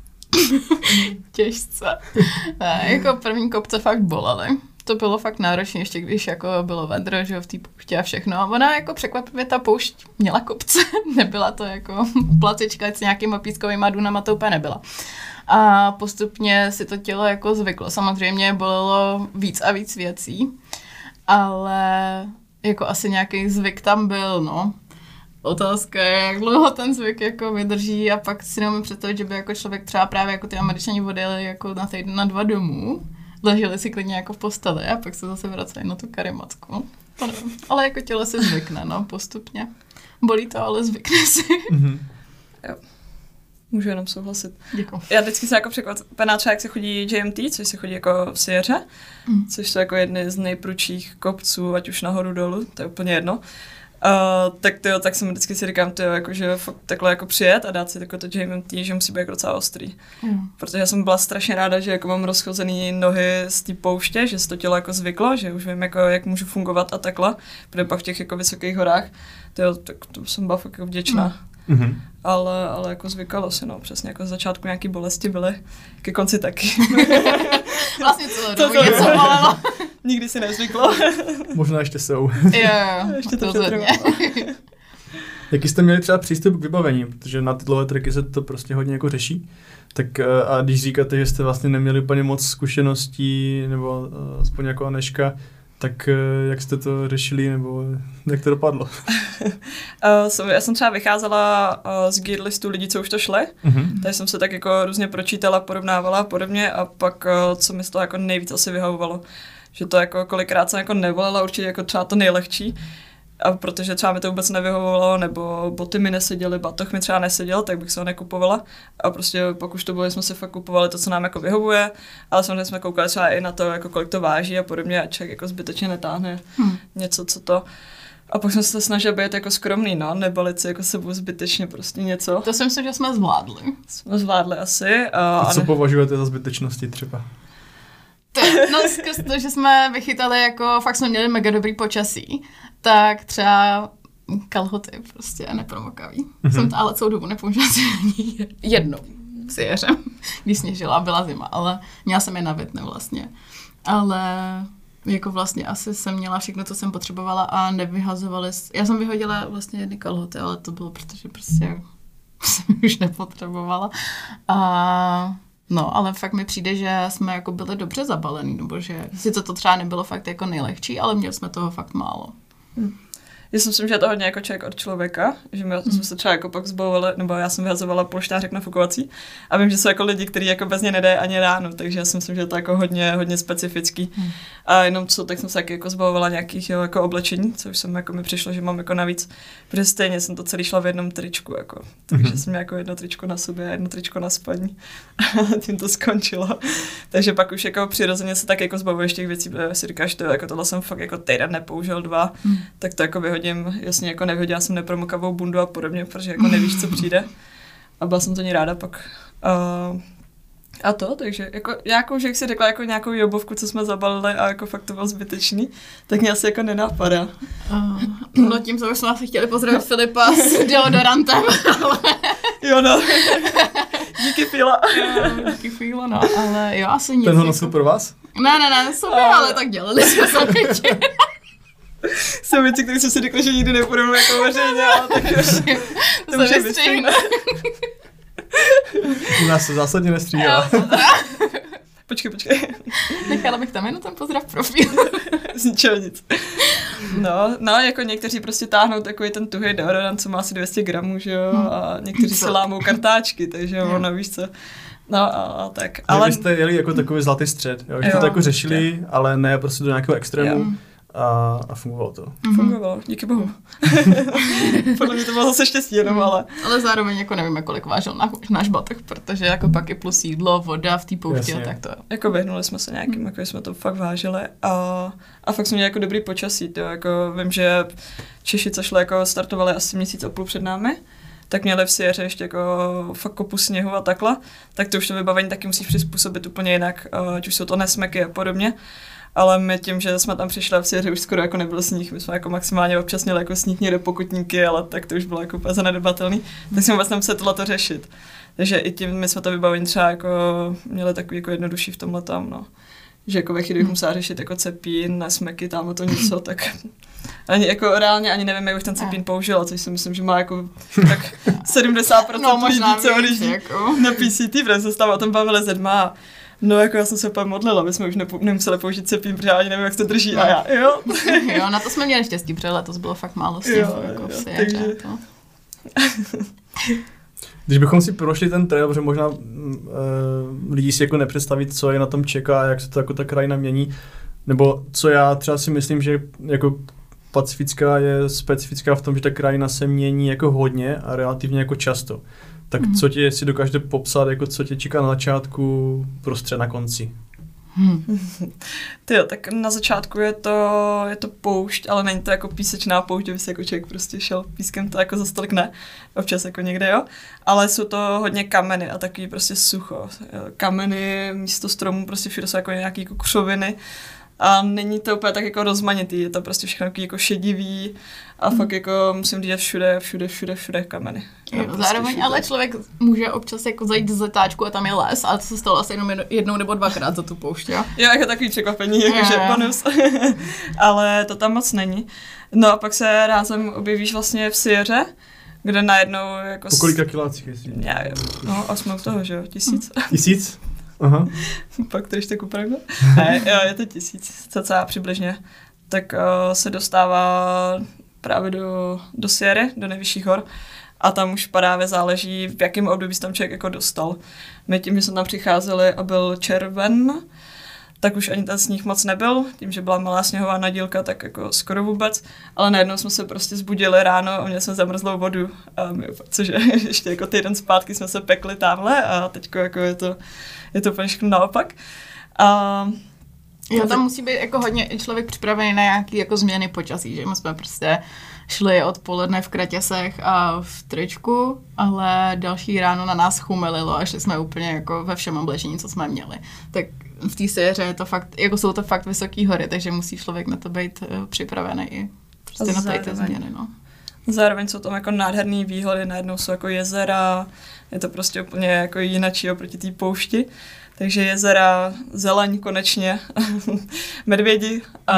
Těžce. Ne, jako první kopce fakt bolely. To bylo fakt náročné, ještě když jako bylo vedro, že jo, v té pouště a všechno. A ona jako překvapivě ta poušť měla kopce. Nebyla to jako placička s nějakýma pískovýma dunama, to úplně nebyla. A postupně si to tělo jako zvyklo. Samozřejmě bolelo víc a víc věcí, ale jako asi nějaký zvyk tam byl, no. Otázka je, jak dlouho ten zvyk jako vydrží a pak si neumím představit, že by jako člověk třeba právě jako ty Američani odjeli jako na týden na dva domů, leželi si klidně jako v posteli a pak se zase vraceli na tu karimatku. To nevím. Ale jako tělo se zvykne, no, postupně. Bolí to, ale zvykne si. Mm-hmm. Jo. Můžu jenom souhlasit. Děkuji. Já vždycky jsem jako překvapená třeba, jak se chodí J M T, což se chodí jako v Sierře, mm. což jsou jako jedny z nejprudších kopců, ať už nahoru dolů, to je úplně jedno. Uh, tak tyjo, tak jsem vždycky si říkám, tyjo, jako, že fakt takhle jako přijet a dát si takové to J M T, že musí být jako docela ostrý. Mm. Protože jsem byla strašně ráda, že jako mám rozchozený nohy z té pouště, že se to tělo jako zvyklo, že už vím, jako, jak můžu fungovat a takhle, protože pak v těch jako vysokých horách, tyjo, tak to jsem byla fakt jako vděčná. Mm. Ale, ale jako zvykalo se, no, přesně jako z začátku nějaký bolesti byly, ke konci taky. Vlastně celou dobu to něco bolelo. Nikdy si nezvyklo. Možná ještě jsou. Jo, ještě to rozhodně. Jaký jste měli třeba přístup k vybavení, protože na tyhle tracky se to prostě hodně jako řeší, tak a když říkáte, že jste vlastně neměli úplně moc zkušeností, nebo aspoň jako Anežka, tak jak jste to řešili, nebo jak to dopadlo? uh, já jsem třeba vycházela uh, z gear listu lidí, co už to šli, uh-huh. takže jsem se tak jako různě pročítala, porovnávala a podobně a pak, uh, co mi z toho jako nejvíc asi vyhovovalo, že to jako kolikrát jsem jako nevolila, určitě jako třeba to nejlehčí, a protože třeba mi to vůbec nevyhovovalo, nebo boty mi neseděly, batoh mi třeba neseděl, tak bych se ho nekupovala. A prostě pokud už to bylo, jsme si fakt kupovali to, co nám jako vyhovuje, ale samozřejmě jsme koukali třeba i na to, jako kolik to váží a podobně, a člověk jako zbytečně netáhne hmm. něco, co to. A pak jsme se snažili být jako skromný, no, nebalit si jako sebou zbytečně prostě něco. To si myslím, že jsme zvládli. Jsme zvládli asi. A, a co ne... považujete za zbytečnosti třeba? To, no skrz to, že jsme vychytali jako, fakt jsme měli mega dobrý počasí, tak třeba kalhoty prostě nepromokavý. Mm-hmm. Jsem to ale celou dobu nepoužila ani jednou si jeřem, když sněžila, byla zima, ale měla jsem je na Vitne vlastně. Ale jako vlastně asi jsem měla všechno, co jsem potřebovala a nevyhazovali. Já jsem vyhodila vlastně jedny kalhoty, ale to bylo, protože prostě jsem už nepotřebovala. A no, ale fakt mi přijde, že jsme jako byli dobře zabalení, nebo že sice to třeba nebylo fakt jako nejlehčí, ale měli jsme toho fakt málo. Hmm. Já si myslím, že je to hodně jako člověk od člověka, že my jsme se třeba jako pak zbavovali, nebo já jsem vyhazovala polštářek nafukovací a vím, že jsou jako lidi, kteří jako bez ně nedají ani ráno, takže já si myslím, že je to jako hodně, hodně specifický. Hmm. A jenom co, tak jsem se taky jako zbavovala nějakých jo, jako oblečení, což jsem jako mi přišlo, že mám jako navíc, protože stejně jsem to celý šla v jednom tričku, jako, takže hmm. jsem měla jako jedno tričko na sobě a jedno tričko na spaní a tím to skončilo. Takže pak už jako přirozeně se tak jako zbavuješ těch věcí, protože si říkáš, to jako tohle jsem fakt jako týden nepoužil dva, hmm. tak to jako vyhodím. Jasně, jako nevyhodila jsem nepromokavou bundu a podobně, protože jako nevíš, co přijde. A byla jsem to ní ráda pak. Uh, a to, takže jako nějakou, že jak jsi řekla, jako nějakou jobovku, co jsme zabalili a jako fakt to bylo zbytečný, tak mě asi jako nenapadá. Uh, no tím, co už jsme asi chtěli pozdravit Filipa s deodorantem, ale... Jo no, díky Fila. Jo, díky Fila, no, ale jo, asi nic. Ten ho nosil pro vás? Ne, ne, ne, sobě, uh. ale tak dělali jsme se Jsou věci, které jsem si řekla, že nikdy nepůjdu jako veřejně, ale takže to může vystříhnout. U nás se zásadně nestříhá. Počkej, počkej. Nechala bych tam jenom ten pozdrav profil. Z ničeho nic. No, no, jako někteří prostě táhnou takový ten tuhý deodorant, co má asi dvě stě gramů, že jo, a někteří se lámou kartáčky, takže jo, no víš co. No a, a tak. Ale vy jste jeli jako takový zlatý střed, jo, že jo, to jako řešili, je. Ale ne prostě do nějakého extrému. Jo. A, a fungovalo to. Mm-hmm. Fungovalo, díky bohu. Podle mě to bylo zase štěstí jenom, ale... Ale zároveň jako nevíme, kolik vážil na, náš batoh, protože jako pak je plus jídlo, voda v té poušti a tak to. Jako vyhnuli jsme se nějakým, jako jsme to fakt vážili a, a fakt jsme měli jako dobrý počasí, to jako vím, že Češi, co šli, jako startovali asi měsíc a půl před námi, tak měli v Sierře ještě jako fakt kopu sněhu a takhle, tak to už to vybavení taky musíš přizpůsobit úplně jinak, ať už jsou to nesmeky a podobně. Ale my tím, že jsme tam přišli a v Sierře už skoro jako nebyl sníh, my jsme jako maximálně občas měli jako sníh někde pokutníky, ale tak to už bylo jako úplně zanedbatelný, tak jsme vlastně museli tohle to řešit. Takže i tím my jsme to vybavení třeba jako měli takový jako jednodušší v tomhle tam, no. Že jako ve chvíli bych musela řešit jako cepín, nesmeky, tam to něco, tak ani jako reálně ani nevím, jak bych ten cepín použila, což si myslím, že má jako tak sedmdesát procent no, lidí, co odjíždí jako na P C T, protože se tam o tom bavili se dma. No jako já jsem se úplně modlila, aby jsme už nepo, nemuseli použít cepín, protože ani nevím, jak to drží a já, jo. Jo, na to jsme měli štěstí, protože letos bylo fakt málo sněhu, jako v Sierře. Takže... To. Když bychom si prošli ten trail, protože možná uh, lidi si jako nepředstaví, co je na tom čeká, jak se to jako ta krajina mění, nebo co já třeba si myslím, že jako pacifická je specifická v tom, že ta krajina se mění jako hodně a relativně jako často. Tak mm-hmm. co tě si dokážete popsat, jako co tě čeká na začátku, prostřed, na konci? Hmm. Tyjo, tak na začátku je to, je to poušť, ale není to jako písečná poušť, že by se jako člověk prostě šel pískem, to jako za stolik ne, občas jako někde jo, ale jsou to hodně kameny a takový prostě sucho. Kameny místo stromů, prostě všude jsou jako nějaký jako křoviny a není to úplně tak jako rozmanitý, je to prostě všechno jako šedivý a hmm. fakt jako musím říct všude, všude, všude, všude kameny. Jo, prostě zároveň všude. Ale člověk může občas jako zajít z letáčku a tam je les, ale to se stalo asi jenom jednou nebo dvakrát za tu poušť, jo? Jo, jako takový překvapení, jakože bonus, ale to tam moc není. No a pak se rázem objevíš vlastně v Sierře, kde najednou jako... Po kolika kilácích jestli? Já, no a jsme u toho, že jo, tisíc. Tisíc? Aha. Pak to ještě opravdu. Ne, jo, je to tisíc, cca přibližně. Tak uh, se dostává právě do, do Sierry, do nejvyšších hor. A tam už právě záleží, v jakém období se tam člověk jako dostal. My tím, že jsme tam přicházeli a byl červen, tak už ani ten sníh moc nebyl, tím, že byla malá sněhová nadílka, tak jako skoro vůbec, ale najednou jsme se prostě zbudili ráno a měli jsme zamrzlou vodu, a my, cože ještě jako týden zpátky jsme se pekli tamhle a teďko jako je to, je to úplně všechno naopak. A jo, tam musí být jako hodně člověk připravený na nějaký jako změny počasí, že my jsme prostě šli odpoledne v kratěsech a v tričku, ale další ráno na nás chumelilo a šli jsme úplně jako ve všem oblečení, co jsme měli. Tak v té séře je to fakt, jako jsou to fakt vysoké hory, takže musí člověk na to být uh, připravený i prostě na tady ty změny, no. Zároveň jsou tam jako nádherný výhledy, najednou jsou jako jezera, je to prostě úplně jako jinačí oproti té poušti. Takže jezera, zeleň konečně, medvědi a,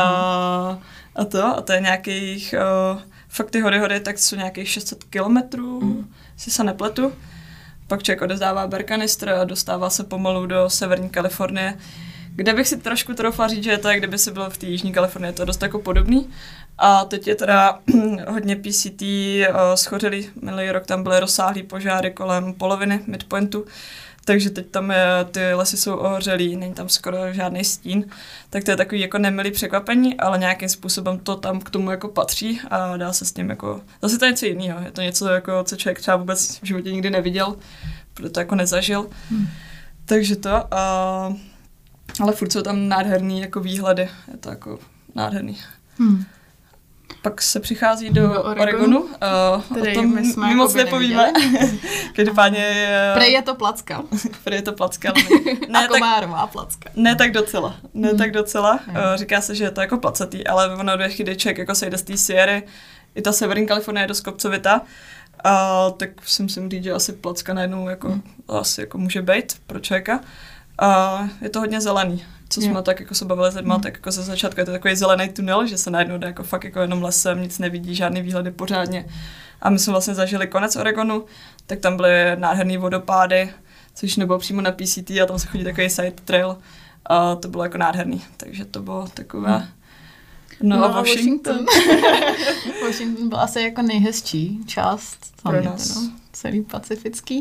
a to. A to je nějakých, uh, fakt ty hory hory, tak jsou nějakých šest set kilometrů, mm. si se nepletu. Pak člověk odezdává Berkanister a dostává se pomalu do severní Kalifornie, kde bych si trošku troufla říct, že je to, jak kdyby si byl v té jižní Kalifornii, je to dost jako podobný. A teď je teda hodně P C T uh, schořelý, minulý rok tam byly rozsáhlý požáry kolem poloviny midpointu, takže teď tam je, ty lesy jsou ohořelý, není tam skoro žádný stín, tak to je takový jako nemilý překvapení, ale nějakým způsobem to tam k tomu jako patří a dá se s tím jako, zase to je něco jiného, je to něco jako, co člověk třeba vůbec v životě nikdy neviděl, protože to jako nezažil, hmm. takže to, a, ale furt jsou tam nádherný jako výhledy, je to jako nádherný. Hmm. Pak se přichází do, do Oregonu, uh, o tom my, my moc nepovíme. Každopádně je... Prej je to placka. Prej je to placka. Ne, a komárová placka. Ne tak docela. Ne hmm. tak docela. Uh, říká se, že je to jako placatý, ale ono do chvíli člověk jako sejde z té Sierry. I ta severní Kalifornie je dost kopcovita. Uh, tak si musím říct, že asi placka najednou jako, hmm. asi jako může být pro člověka. Uh, je to hodně zelený. Co jsme yeah. tak jako se bavili s lidma, mm. tak jako ze začátku je to takový zelený tunel, že se najednou jde jako fakt jako jenom lesem, nic nevidí, žádný výhledy pořádně. A my jsme vlastně zažili konec Oregonu, tak tam byly nádherný vodopády, což nebylo přímo na P C T a tam se chodí takový side trail a to bylo jako nádherný, takže to bylo takové... Mm. No, no a Washington. Washington. Washington byl asi jako nejhezčí část pro nás. No, celý pacifický.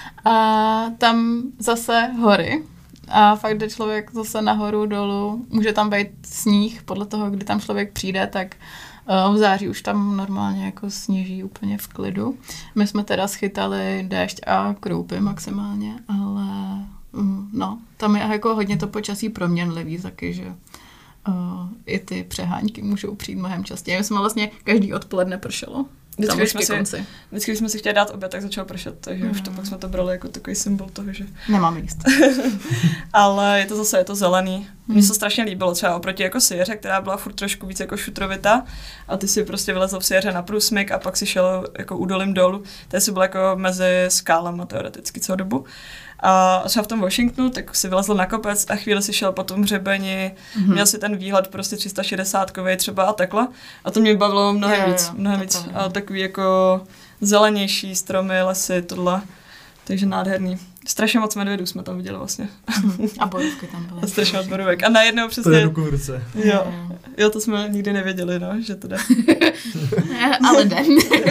A tam zase hory. A fakt jde člověk zase nahoru, dolů, může tam být sníh, podle toho, kdy tam člověk přijde, tak uh, v září už tam normálně jako sněží úplně v klidu. My jsme teda schytali déšť a kroupy maximálně, ale um, no, tam je jako hodně to počasí proměnlivý taky, že uh, i ty přehánky můžou přijít mnohem častěji. My jsme vlastně každý odpoledne pršelo. Vždycky, když jsme, si, vždycky, když jsme si chtěli dát oběd, tak začalo pršet, takže mm. už to pak jsme to brali jako takový symbol toho, že... Nemám jíst. Ale je to zase, je to zelený. Mně mm. se strašně líbilo třeba oproti jako Sierře, která byla furt trošku víc jako šutrovitá a ty si prostě vylezl v Sierře na průsmyk a pak si šel jako údolím dolů. Tady si byl jako mezi skálama teoreticky celou dobu. A třeba v tom Washingtonu, tak si vylezl na kopec a chvíli si šel po tom hřebeni, mm-hmm. měl si ten výhled prostě tři sta šedesátkový třeba a takhle. A to mě bavilo mnohem je, víc, mnohem víc. A takový jako zelenější stromy, lesy, tohle. Takže nádherný. Strašně moc medvědů jsme tam viděli vlastně. A borůvky tam byly. A strašně moc borůvek. A najednou přesně... To je ruku v ruce. Jo. jo, to jsme nikdy nevěděli, no, že to jde. Ale jde.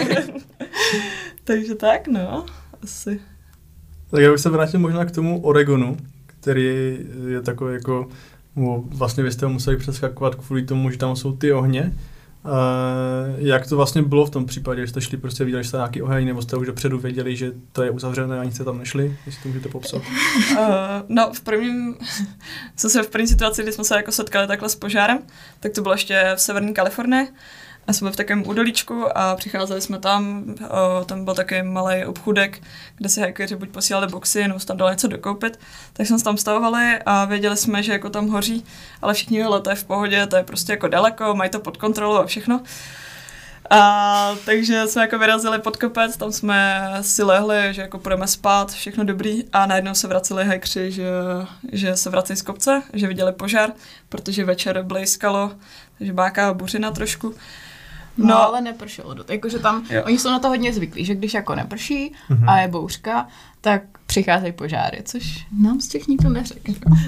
Takže tak, no, asi... Tak já bych se vrátil možná k tomu Oregonu, který je takový jako, vlastně vy jste ho museli přeskakovat kvůli tomu, že tam jsou ty ohně. Uh, jak to vlastně bylo v tom případě, že jste šli prostě viděli, že jste nějaký oheň, nebo jste už dopředu věděli, že to je uzavřené a ani jste tam nešli? Jestli to můžete popsat. Uh, no v prvním, co se v první situaci, kdy jsme se jako setkali takhle s požárem, tak to bylo ještě v severní Kalifornii. A jsme v takovém údolíčku a přicházeli jsme tam, o, tam byl takový malý obchůdek, kde si hackeři buď posílali boxy, nebo tam dali něco dokoupit. Tak jsme se tam stavovali a věděli jsme, že jako tam hoří, ale všichni, hele, to je v pohodě, to je prostě jako daleko, mají to pod kontrolou a všechno. A takže jsme jako vyrazili pod kopec, tam jsme si lehli, že jako půjdeme spát, všechno dobrý a najednou se vraceli hackeři, že, že se vracejí z kopce, že viděli požár, protože večer blejskalo, takže báká buřina trošku. No, no ale nepršelo dost. Jakože tam, jo. Oni jsou na to hodně zvyklí, že když jako neprší mm-hmm. a je bouřka, tak přicházejí požáry, což nám z těch nikdo neřekl.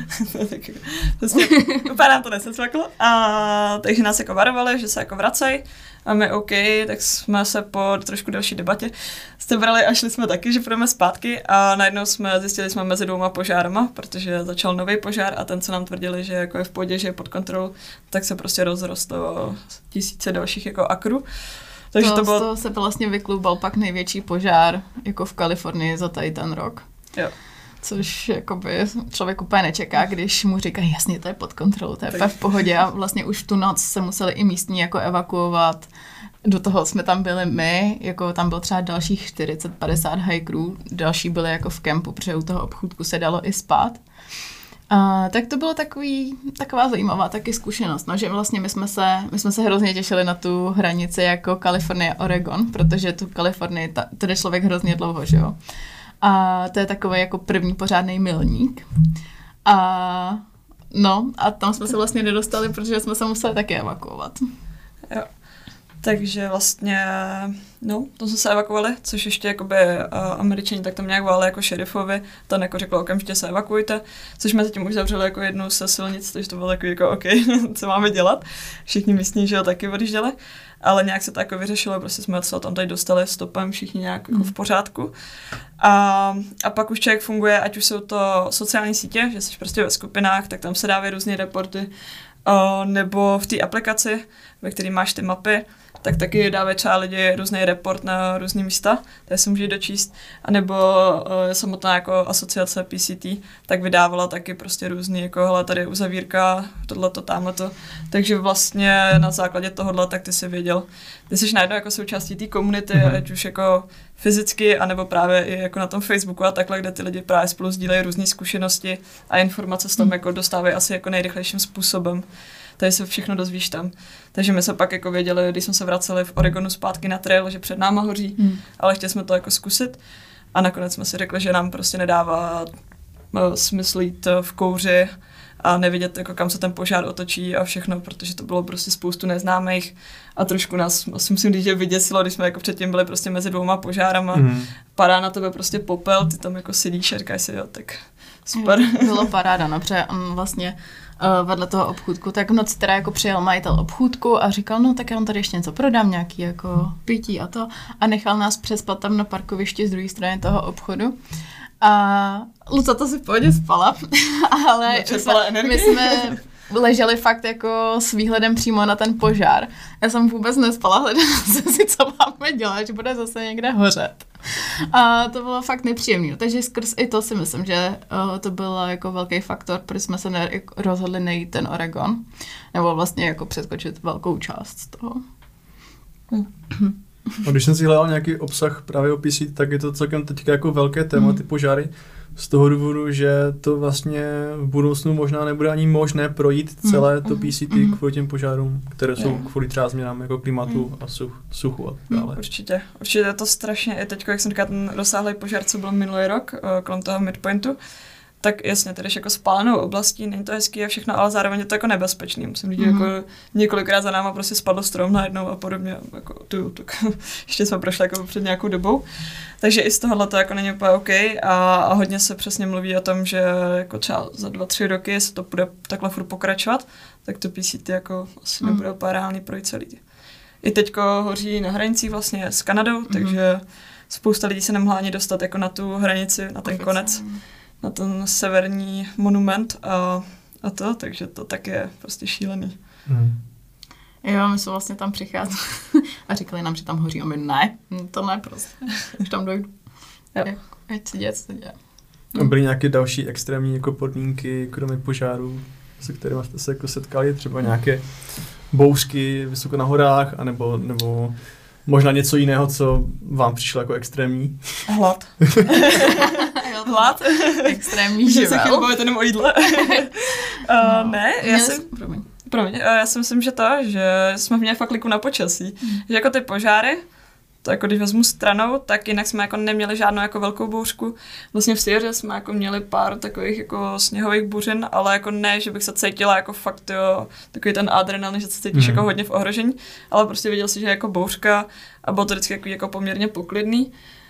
Vlastně úplně nám to nesesvaklo. A takže nás jako varovali, že se jako vracej. A my OK, tak jsme se po trošku další debatě sebrali a šli jsme taky, že půjdeme zpátky a najednou jsme zjistili, že jsme mezi dvouma požárama, protože začal nový požár a ten, co nám tvrdili, že jako je v pohodě, že je pod kontrolou, tak se prostě rozrostlo tisíce dalších jako akrů. Takže to, to bylo... Z toho se vlastně vyklubal pak největší požár jako v Kalifornii za tady ten rok. Jo. Což jakoby člověk úplně nečeká, když mu říkají, jasně, to je pod kontrolou, to je v pohodě a vlastně už tu noc se museli i místní jako evakuovat. Do toho jsme tam byli my, jako tam bylo třeba dalších čtyřicet padesát hikerů, další byli jako v kempu, protože u toho obchůdku se dalo i spát. A, tak to bylo takový, taková zajímavá taky zkušenost, no, že vlastně my jsme, se, my jsme se hrozně těšili na tu hranici jako Kalifornie a Oregon, protože tu Kalifornii, ta, to jde člověk hrozně dlouho, že jo. A to je takový jako první pořádný milník. A no, a tam jsme se vlastně nedostali, protože jsme se museli taky evakuovat. Jo. Takže vlastně, no, to jsme se evakovali, což ještě jakoby uh, Američani tak tam nějak volali jako šerifovi, ten jako řekl okamžitě se evakuujte, což jsme zatím už zavřeli jako jednu se silnic, takže to bylo takový jako OK, co máme dělat. Všichni místní, že jo, taky odjížděli, ale nějak se to jako vyřešilo, prostě jsme se tam tady dostali stopem, všichni nějak jako v pořádku. A, a pak už člověk funguje, ať už jsou to sociální sítě, že jsi prostě ve skupinách, tak tam se dávají různé reporty, uh, nebo v té aplikaci, ve které máš ty mapy, tak taky dávají třeba lidi různý report na různý místa, tady se může dočíst, anebo uh, samotná jako asociace P C T, tak vydávala taky prostě různý, jako hele, tady uzavírka, tohleto, támhleto, takže vlastně na základě tohohle, tak ty jsi věděl, ty jsi najednou jako součástí té komunity, mm-hmm. ať už jako fyzicky, anebo právě i jako na tom Facebooku a takhle, kde ty lidi právě spolu sdílejí různé zkušenosti a informace se tam mm. jako dostávají asi jako nejrychlejším způsobem. Tady se všechno dozvíš tam. Takže my jsme pak jako věděli, když jsme se vraceli v Oregonu zpátky na trail, že před náma hoří, mm. ale chtěli jsme to jako zkusit. A nakonec jsme si řekli, že nám prostě nedává smysl jít v kouři a nevidět, jako kam se ten požár otočí a všechno, protože to bylo prostě spoustu neznámých a trošku nás, asi musím říct, že vyděsilo, když jsme jako předtím byli prostě mezi dvěma požárama, mm. padá na tebe prostě popel, ty tam jako sedíš a říkáš si, jo, tak super. Jo, bylo paráda, no, protože on vlastně uh, vedle toho obchůdku, tak v noci teda jako přijel majitel obchůdku a říkal, no tak já vám tady ještě něco prodám, nějaký jako pití a to a nechal nás přespat tam na parkovišti z druhé strany toho obchodu. A Luca to si v pohodě spala, ale jsme, my jsme leželi fakt jako s výhledem přímo na ten požár. Já jsem vůbec nespala, hledala jsem si, co máme dělat, že bude zase někde hořet. A to bylo fakt nepříjemné. Takže skrz i to si myslím, že uh, to byl jako velký faktor, proč jsme se ne- rozhodli nejít ten Oregon. Nebo vlastně jako přeskočit velkou část z toho. A když jsem si hledal nějaký obsah právě o P C, tak je to celkem teďka jako velké téma, ty požáry. Z toho důvodu, že to vlastně v budoucnu možná nebude ani možné projít celé to P C T kvůli těm požárům, které jsou kvůli třeba změnám jako klimatu a such, suchu a dále. Určitě. Určitě je to strašně, i teď, jak jsem říkal, ten rozsáhlý požár, co byl minulý rok kolem toho midpointu, tak jasně, tedy jako spálenou oblastí, není to hezký a všechno, ale zároveň je to jako nebezpečný. Musím říct, mm. jako několikrát za náma prostě spadl strom najednou a podobně, jako tu, tak ještě jsme prošli jako před nějakou dobou. Takže i z tohohle to jako není úplně OK a, a hodně se přesně mluví o tom, že jako třeba za dva, tři roky se to bude takhle furt pokračovat, tak to P C T jako asi mm. nebude úplně reálný projít celý. I teďko hoří na hranicích vlastně s Kanadou, mm. takže spousta lidí se nemohla ani dostat jako na tu hranici, na ten Oficiálně. konec. Na ten severní monument a, a to, takže to tak je prostě šílený. Hmm. Jo, my jsme vlastně tam přicházeli a říkali nám, že tam hoří a my ne, to ne prostě, už tam dojdu. Jo. Ať se děje, co se děje. A byly nějaké další extrémní jako podmínky, kromě požárů, se kterými jste se jako setkali, třeba nějaké bouřky vysoko na horách, anebo, nebo možná něco jiného, co vám přišlo jako extrémní? Hlad. Hlad. Extrémní živel. Se chvíli bavit jenom o jídle. uh, no. Ne, já si... Promiň. Promiň, já si myslím, že to, že jsme měli fakt liku na počasí. Mm. Že jako ty požáry, to jako když vezmu stranou, tak jinak jsme jako neměli žádnou jako velkou bouřku. Vlastně v Sierře jsme jako měli pár takových jako sněhových buřin, ale jako ne, že bych se cítila jako fakt, jo, takový ten adrenalin, že se cítíš mm. jako hodně v ohrožení, ale prostě viděl si, že je jako bouřka a bylo to vždycky jako, jako poměrně poklidný.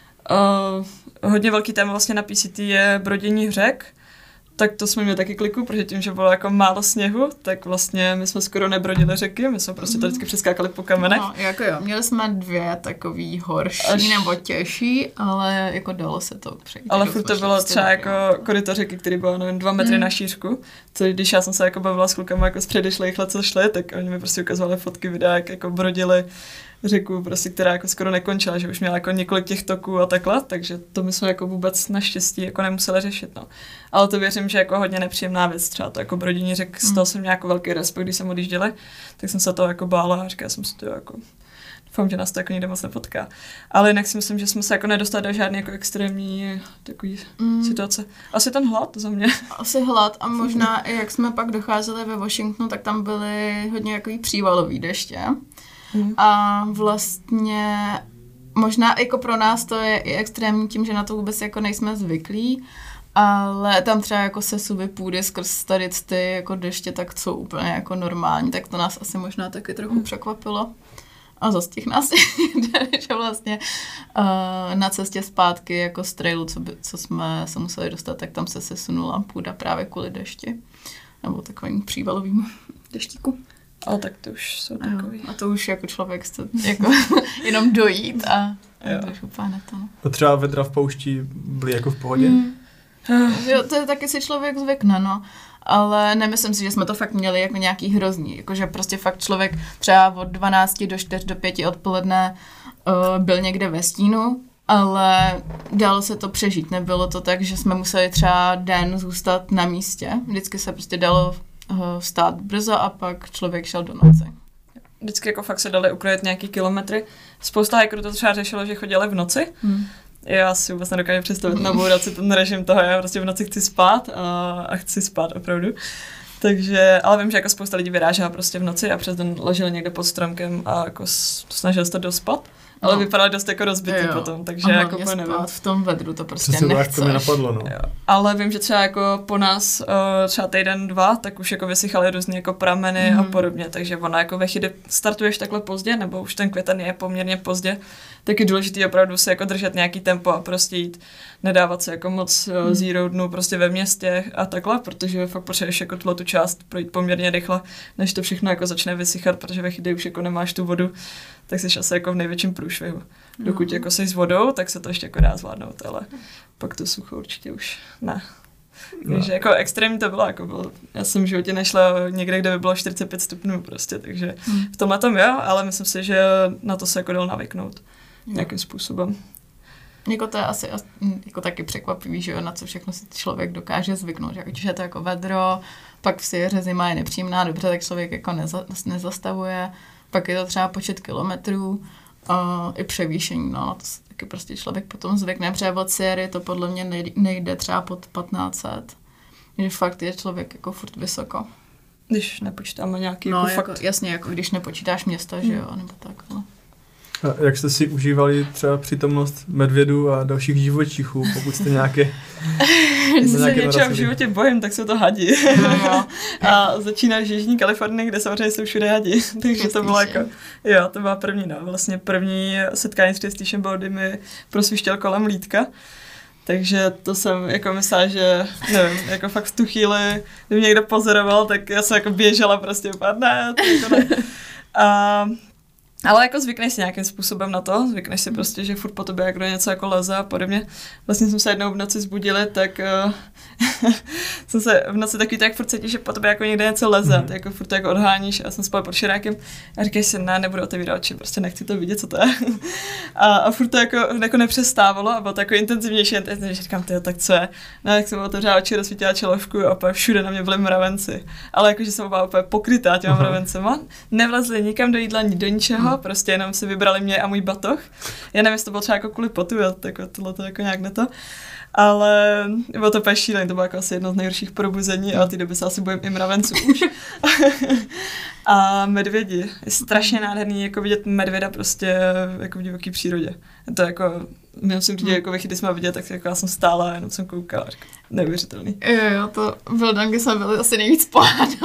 Uh, hodně velký téma vlastně na P C T je brodění řek, tak to jsme měli taky kliku, protože tím, že bylo jako málo sněhu, tak vlastně my jsme skoro nebrodili řeky, my jsme prostě to vždycky přeskákali po kamenech. No, jako jo, měli jsme dvě takový horší Až... nebo těžší, ale jako dalo se to přejít. Ale furt to bylo třeba jako koryto řeky, který bylo nevím, dva metry mm. na šířku, což když já jsem se jako bavila s klukama jako z předešlých let, co šli, tak oni mi prostě ukazovali fotky, videa, jak jako brodili řeku, prostě, která jako skoro nekončila, že už měla jako několik těch toků a takhle, takže to my jsme jako vůbec naštěstí jako nemuseli řešit, no. Ale to věřím, že jako hodně nepříjemná věc, třeba to jako brodění řek, z toho jsem měla jako velký respekt, když jsem odjížděli, tak jsem se toho jako bála a říkala jsem si to jako, doufám, že nás to jako nikde moc nepotká. Ale jinak si myslím, že jsme se jako nedostali do žádné jako extrémní takový mm. situace. Asi ten hlad za mě. Asi hlad a možná i jak jsme pak docházeli ve Washingtonu, tak tam byly hodně jako přívalový deště. Hmm. A vlastně možná jako pro nás to je i extrémní tím, že na to vůbec jako nejsme zvyklí, ale tam třeba jako sesuvy půdy skrz tady ty jako deště, tak jsou úplně jako normální, tak to nás asi možná taky trochu překvapilo. A zastih nás že vlastně uh, na cestě zpátky jako z trailu, co, by, co jsme se museli dostat, tak tam se sesunula půda právě kvůli dešti. Nebo takovým přívalovým deštíku. Ale tak to už jsou takový. A to už jako člověk chce jako jenom dojít a, a to už úplně ne to. No. A třeba vedra v poušti byly jako v pohodě? Hmm. Jo, to je taky si člověk zvykne, no. Ale nemyslím si, že jsme to fakt měli jako nějaký hrozný. Jakože prostě fakt člověk třeba od dvanácti do čtyř do pěti odpoledne uh, byl někde ve stínu, ale dalo se to přežít. Nebylo to tak, že jsme museli třeba den zůstat na místě. Vždycky se prostě dalo vstát brzo a pak člověk šel do noci. Vždycky jako fakt se dali ukrojit nějaký kilometry. Spousta hajkrů to třeba řešilo, že chodili v noci. Hmm. Já si vůbec nedokážu představit nabourat si ten režim toho, já prostě v noci chci spát a, a chci spát opravdu. Takže, ale vím, že jako spousta lidí vyrážela prostě v noci a přes den leželi někde pod stromkem a jako snažili se to dospat. Ale no. Vypadali dost jako rozbitý jo. potom, takže Aha, jako nevím. v tom vedru to prostě Přesně nechceš. To mi napadlo, no. Jo. Ale vím, že třeba jako po nás třeba týden, dva, tak už jako vysychaly různý jako prameny mm. a podobně, takže ona jako ve chvíli startuješ takhle pozdě, nebo už ten květen je poměrně pozdě, tak je důležitý opravdu si jako držet nějaký tempo a prostě jít, nedávat se jako moc mm. zero dnu prostě ve městě a takhle, protože fakt potřebuješ jako tuhle tu část projít poměrně rychle, než to všechno jako začne vysychat, protože ve chvíli už jako nemáš tu vodu, tak jsi asi jako v největším průšvihu. Dokud jako jsi s vodou, tak se to ještě jako dá zvládnout, ale pak to sucho určitě už ne. No. Takže jako extrémní to bylo, jako bylo. Já jsem v životě nešla někde, kde by bylo čtyřicet pět stupňů prostě, takže hmm. v tomhle tom jo, ale myslím si, že na to se jako dal navyknout jo. nějakým způsobem. Jako to je asi jako taky překvapivý, že jo, na co všechno si člověk dokáže zvyknout, že když je to jako vedro, pak v Sierře zima je nepříjemná, dobře, tak člověk jako neza, nezastavuje, pak je to třeba počet kilometrů, a i převýšení, no, to se taky prostě člověk potom zvykne, protože od Sierry to podle mě nejde, nejde třeba pod patnáct set, že fakt je člověk jako furt vysoko. Když nepočítáme nějaký no, jako jako fakt. Jasně, jako když nepočítáš města, hmm. že jo, nebo tak, ale. A jak jste si užívali třeba přítomnost medvědů a dalších živočichů, pokud jste nějaké... Když se něčeho v životě bojím, tak jsou to hadi. No. A začínáš v Jižní Kalifornii, kde samozřejmě jsou všude hadi. Takže to bylo jako... Jo, to byla první, no. Vlastně první setkání s Prestížem bylo, kdy mi prosvištěl kolem lítka. Takže to jsem jako myslela, že nevím, jako fakt v tu chvíli, kdyby někdo pozoroval, tak já jsem jako běžela prostě úplně, ne, to jako ne. A ale jako zvykneš si nějakým způsobem na to, zvykneš si prostě, že furt po tobě jako něco jako leze a podobně. Vlastně jsem se jednou v noci zbudili, tak uh, jsem se v noci taky tak furt cítíš, že po tobě jako někde něco leze, ty jako furt to jako odháníš a jsem spal pod širákem a říkáš si, ne, nebudu otevírat oči, prostě nechci to vidět, co to je. a, a furt to jako, jako nepřestávalo a bylo to jako intenzivnější, a říkám, tyjo, tak co je? No, tak jsem otevřela oči, rozsvítila čelovku a opět všude na mě byly mravenci. Ale jakože jsem byla úplně pokrytá těma mravencema, nevlezli nikam do jídla, do ničeho. ničeho, prostě jenom si vybrali mě a můj batoh. Já nevím, jestli to bylo třeba jako kvůli potu, já jako tohle to jako nějak ne to. Ale bylo to úplně šílené, to bylo jako asi jedno z nejhorších probuzení a od té doby se asi bojím i mravenců už. A medvědi. Je strašně nádherný jako vidět medvěda prostě jako v divoké přírodě. To jako, měl jsem říct, jako ve chvíli jsme vidět, tak jako já jsem stála a jenom jsem koukala. Neuvěřitelný. Jo, jo, to byl den, kdy jsme byli asi nejvíc pohádaný.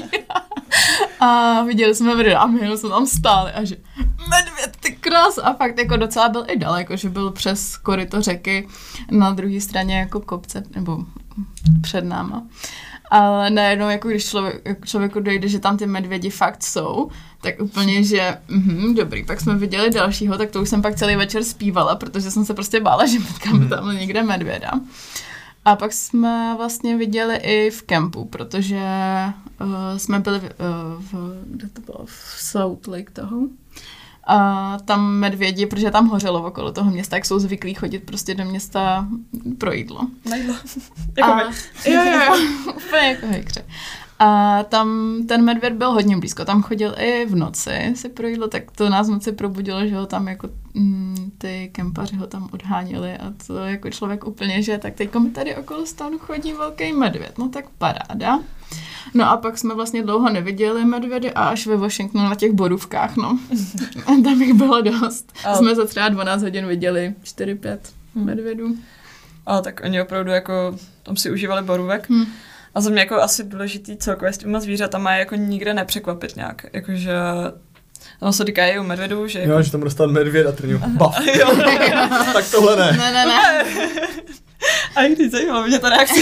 A viděli jsme medvěda a my jenom jsme tam stáli a že medvěd, ty krás! A fakt jako docela byl i daleko, že byl přes koryto řeky na druhé straně jako kopce, nebo před náma. Ale najednou, jako když člověk, člověku dojde, že tam ty medvědi fakt jsou, tak úplně, že mhm, dobrý, pak jsme viděli dalšího, tak to už jsem pak celý večer zpívala, protože jsem se prostě bála, že potkáme tam někde medvěda. A pak jsme vlastně viděli i v kempu, protože uh, jsme byli v, uh, v, kde to bylo, v Salt Lake toho. A tam medvědi, protože tam hořelo okolo toho města, jak jsou zvyklí chodit prostě do města pro jídlo. Na jídlo. Jako a, jo, jo, jo, úplně jako hejkře. A tam ten medvěd byl hodně blízko, tam chodil i v noci si pro jídlo, tak to nás v noci probudilo, že ho tam jako mm, ty kempaři ho tam odháněli a to jako člověk úplně, že tak teďko mi tady okolo stanu chodí velký medvěd, no tak paráda. No a pak jsme vlastně dlouho neviděli medvědy a až ve Washingtonu na těch borůvkách, no. Tam jich bylo dost. A jsme za třeba dvanáct hodin viděli čtyři pět hmm. medvědů. A tak oni opravdu jako tam si užívali borůvek. Hmm. A za mě jako asi důležitý celkově s těma zvířatama je jako nikde nepřekvapit nějak. Jakože ono se říká i u medvědů, že... Jo, jako... že tam dostal medvěd a trňu. Baf. Tak tohle ne. Ne, ne, ne. A i když zajímalo mě ta reakce.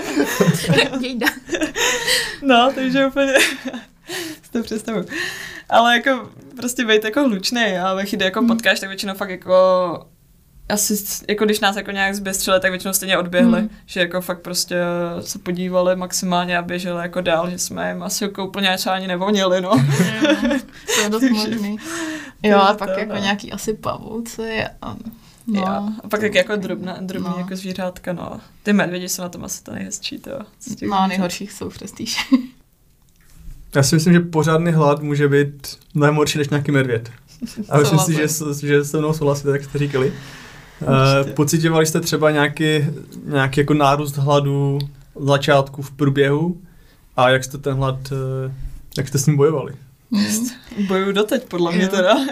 No, takže úplně si to představuji. Ale jako prostě bejt jako hlučnej a ve chvíli jako potkáš, tak většinou fakt jako asi, jako když nás jako nějak zběstřili, tak většinou stejně odběhli, mm. že jako fakt prostě se podívali maximálně a běželi jako dál, že jsme jim asi jako úplně třeba ani nevonili, no. To je dost možný. Jo, a pak to, jako no. nějaký asi pavouci a... No, jo, a pak tak jako drobná, drobný no. jako zvířátka, no. Ty medvědi jsou na tom asi to nejhezčí, to. No, nejhorších jsou přestýš. Já si myslím, že pořádný hlad může být mnohem horší než nějaký medvěd. A myslím si, že, že se mnou souhlasíte, tak jste říkali. Uh, pocitovali jste třeba nějaký, nějaký jako nárůst hladu v začátku, v průběhu? A jak jste ten hlad, jak jste s ním bojovali? Mm. Bojuju doteď, podle mě teda. uh,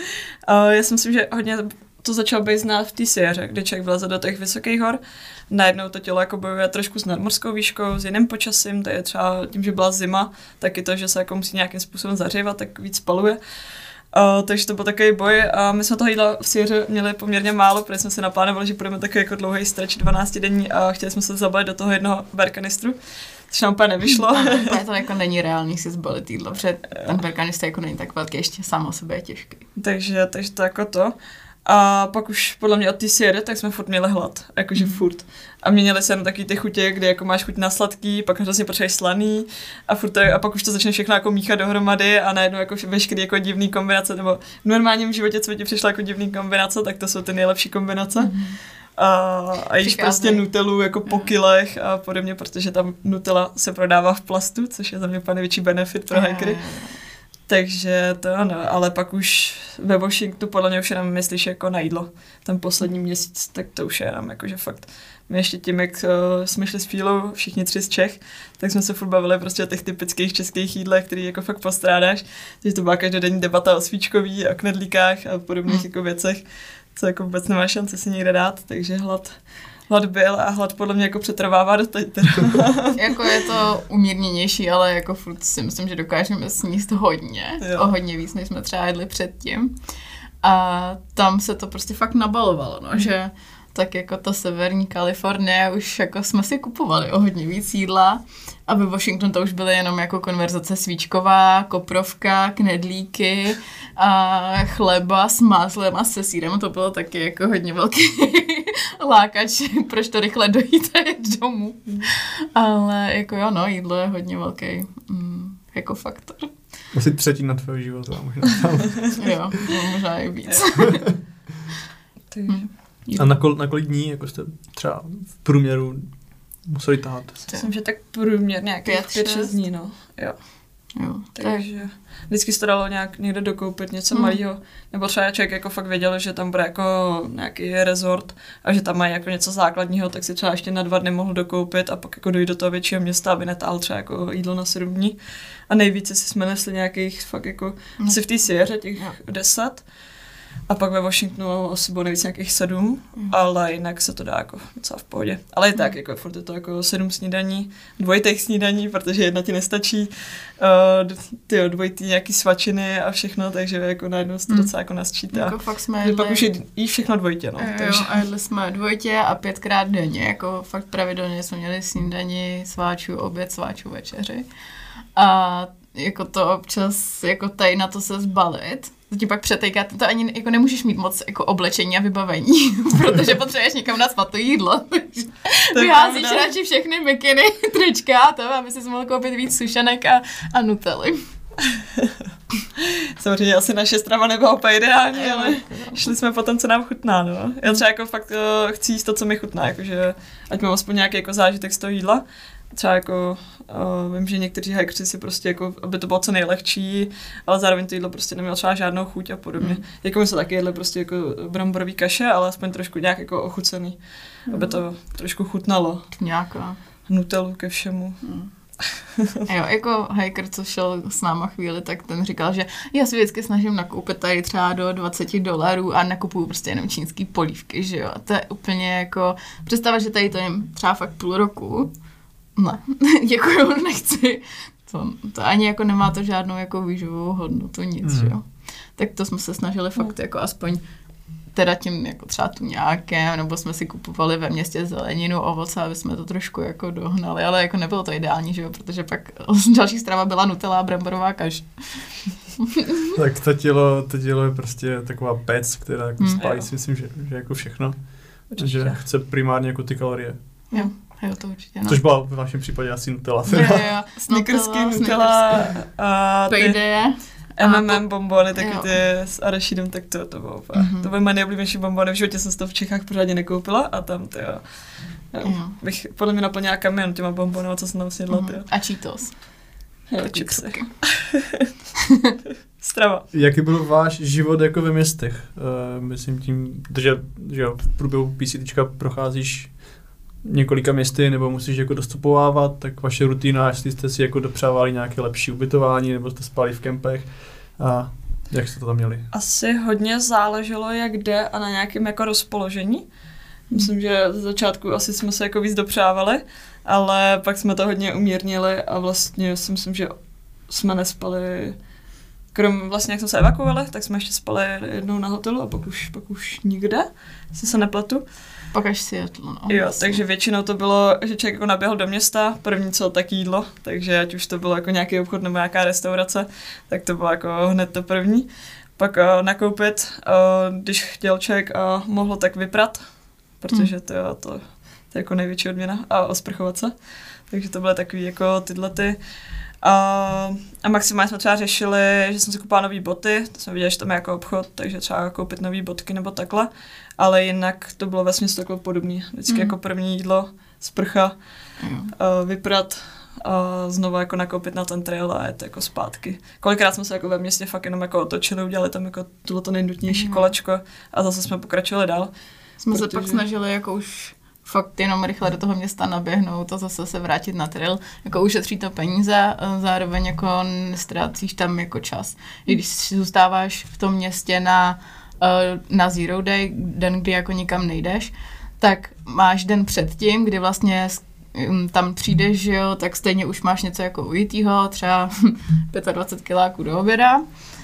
já si myslím, že hodně to začalo být znát v té Sierře, kde člověk vleze do těch vysokých hor. Najednou to tělo jako bojuje trošku s nadmořskou výškou, s jiným počasím, to je třeba tím, že byla zima, taky to, že se jako musí nějakým způsobem zahřívat, tak víc spaluje. Uh, takže to byl takový boj a my jsme toho jídla v Sierře měli poměrně málo, protože jsme si naplánovali, že půjdeme takový jako dlouhý stretch dvanáctidenní a chtěli jsme se zabalit do toho jednoho berkanistru, což nám úplně nevyšlo. No, to jako není reálný si zbalit jídlo, protože ten berkanistr jako není tak velký, ještě sám o sobě je těžký. Takže, takže to jako to. A pak už podle mě od té Sierry, tak jsme furt měli hlad, jakože furt. A měnili se jenom takový ty chutě, kdy jako máš chuť na sladký, pak hrozně potřebuješ slaný a furt to, a pak už to začne všechno jako míchat dohromady a najednou jako veškerý jako divný kombinace, nebo v normálním životě, co by ti přišla jako divný kombinace, tak to jsou ty nejlepší kombinace. Mm-hmm. A, a jíš prostě Nutellu jako po kilech a podobně, protože tam Nutella se prodává v plastu, což je za mě úplně největší benefit pro hackery. Takže to ano, ale pak už ve Washingtonu podle mě už jenom myslíš jako na jídlo. Ten poslední měsíc, tak to už je jenom jakože fakt. My ještě tím, jak uh, jsme šli s Fílou, všichni tři z Čech, tak jsme se furt bavili prostě o těch typických českých jídlech, který jako fakt postrádáš. Takže to byla každodenní debata o svíčkový a knedlíkách a podobných mm. jako věcech, co jako vůbec nemá šanci si někde dát, takže hlad. Hlad byl a hlad podle mě jako přetrvává do teď. Jako je to umírněnější, ale jako furt si myslím, že dokážeme sníst hodně. Jo. O hodně víc, než jsme třeba jedli předtím. A tam se to prostě fakt nabalovalo, no, že tak jako ta severní Kalifornie už jako jsme si kupovali o hodně víc jídla a ve Washingtonu to už byly jenom jako konverzace svíčková, koprovka, knedlíky a chleba s máslem a se sýrem. To bylo taky jako hodně velký lákač, proč to rychle dojít a jet domů. Ale jako jo, no, jídlo je hodně velký mm, jako faktor. Asi třetina tvého života možná. Jo, možná i víc. Hmm. A na, kol, na kolik dní jako jste třeba v průměru museli tahat? Myslím, že tak průměr nějakých pět šest dní, no. Jo. Jo, takže vždycky se to dalo nějak někde dokoupit, něco hmm. malého. Nebo třeba člověk jako fakt věděl, že tam bude jako nějaký resort a že tam mají jako něco základního, tak si třeba ještě na dva dny mohl dokoupit a pak jako dojít do toho většího města, aby netál třeba jako jídlo na sedm dní. A nejvíce si jsme nesli nějakých fakt jako hmm. asi v té Sierře těch no. deset. A pak ve Washingtonu asi bylo nejvíc nějakých sedm, mm. ale jinak se to dá jako docela v pohodě. Ale i tak, mm. jako furt je to jako sedm snídaní, dvojitých snídaní, protože jedna ti nestačí, uh, tyjo, dvojitý nějaký svačiny a všechno, takže jako najednou se to mm. docela jako nasčítá. Jako fakt jsme jedli... Pak už jí všechno dvojitě, no. Jo, takže... a jedli jsme dvojitě a pětkrát denně, jako fakt pravidelně jsme měli snídaní, sváčů, oběd, sváčů, večeři. A jako to občas, jako tady na to se zbalit, to ti pak přetejká, to ani jako nemůžeš mít moc jako oblečení a vybavení, protože potřebuješ někam naspat to jídlo. Vyházíš radši všechny mikiny, trička a to, aby si mohl koupit víc sušenek a, a nutely. Samozřejmě asi naše strava nebyla úplně ideální, ale šli jsme po tom, co nám chutná, no. Já třeba jako fakt uh, chci jíst to, co mi chutná, jakože ať mám aspoň nějaký jako zážitek z toho jídla. Třeba jako, uh, vím, že někteří hajkři si prostě jako, aby to bylo co nejlehčí, ale zároveň to jídlo prostě nemělo třeba žádnou chuť a podobně. Mm. Jako my se taky jedli prostě jako bramborový kaše, ale aspoň trošku nějak jako ochucený, mm. aby to trošku chutnalo. Nějaká. Nutelu ke všemu. Mm. Jo, jako hiker, co šel s náma chvíli, tak ten říkal, že já si vždycky snažím nakoupit tady třeba do dvacet dolarů a nakupuju prostě jenom čínský polívky, že jo. A to je úplně jako, představa, že tady to jim třeba fakt půl roku. Ne, děkuju, nechci. To, to ani jako nemá to žádnou jako výživovou hodnotu, nic, mm. že jo. Tak to jsme se snažili fakt jako aspoň teda tím jako třeba tu nějaké, nebo jsme si kupovali ve městě zeleninu, ovoce, aby jsme to trošku jako dohnali, ale jako nebylo to ideální, že jo, protože pak další strava byla nutella a bramborová kaš. Tak to tělo, to tělo je prostě taková pec, která jako hmm. spálí si myslím, že, že jako všechno. Určitě. Že chce primárně jako ty kalorie. Jo. Jo, to určitě, no. Což byla v vašem případě asi Nutella. Jo, jo, Snickersky, Nutella a ty M and M bombony, taky ty s arašidem, tak to, to bylo mm-hmm. To byly moje nejoblíbenější bombony, v životě jsem to v Čechách pořádně nekoupila a tam ty jo. jo. Bych podle mě naplnila kamion těma bombonama, co jsem tam snědla, mm-hmm. A Cheetos. Jo, chipsy. Strava. Jaký byl váš život jako ve městech? Uh, myslím tím, že, že jo, v průběhu PCTčka procházíš několika městy, nebo musíš jako dostupovávat, tak vaše rutina, jestli jste si jako dopřávali nějaké lepší ubytování, nebo jste spali v kempech a jak jste to tam měli? Asi hodně záleželo, jak kde a na nějakém jako rozpoložení. Myslím, že z začátku asi jsme se jako víc dopřávali, ale pak jsme to hodně umírnili a vlastně si myslím, že jsme nespali, krom vlastně jak jsme se evakuovali, tak jsme ještě spali jednou na hotelu a pak už, pak už nikde, si se nepletu. Pak až si jetlo, no. Jo, takže většinou to bylo, že člověk jako naběhl do města, první co, tak jídlo, takže ať už to bylo jako nějaký obchod nebo nějaká restaurace, tak to bylo jako hned to první. Pak uh, nakoupit, uh, když chtěl člověk uh, mohl tak vyprat, protože to, jo, to, to je jako největší odměna a osprchovat se. Takže to byly takový jako tyhle ty. Uh, a maximálně jsme třeba řešili, že jsem si koupila nový boty, to jsme viděli, že tam je jako obchod, takže třeba koupit nový botky nebo takhle, ale jinak to bylo vesměs takové podobné. Vždycky mm. jako první jídlo, sprcha, mm. uh, vyprat a znovu jako nakoupit na ten trail a jet jako zpátky. Kolikrát jsme se jako ve městě fakt jenom jako otočili, udělali tam jako tohleto nejnutnější mm. kolečko a zase jsme pokračovali dál. Jsme protože... se pak snažili jako už fakt jenom rychle do toho města naběhnout a zase se vrátit na trail, jako ušetří to peníze, zároveň jako nestrácíš tam jako čas. I když zůstáváš v tom městě na, na Zero Day, den, kdy jako nikam nejdeš, tak máš den předtím, kdy vlastně tam přijdeš, že jo, tak stejně už máš něco jako ujitýho, třeba dvacet pět kiláků do oběda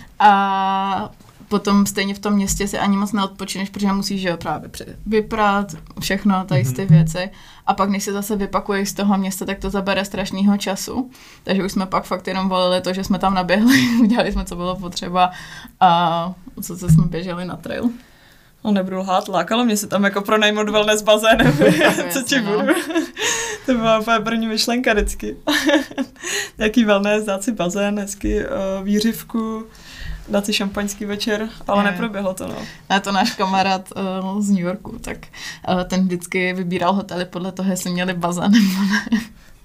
a potom stejně v tom městě si ani moc neodpočineš, protože musíš, že jo, právě vyprat všechno, tady ty věci. A pak, než se zase vypakuješ z toho města, tak to zabere strašnýho času. Takže už jsme pak fakt jenom volili to, že jsme tam naběhli, udělali jsme, co bylo potřeba a co se jsme běželi na trail. No nebudu lhát, lákalo mě se tam jako pronajmout wellness bazénem, co ti budu. No. To byla úplně první myšlenka vždycky. Nějaký wellness, dát si bazén, hezky uh, výřivku, dát si šampaňský večer, ale je. Neproběhlo to, no. A to náš kamarád uh, z New Yorku, tak uh, ten vždycky vybíral hotely podle toho, jestli měli bazén nebo ne.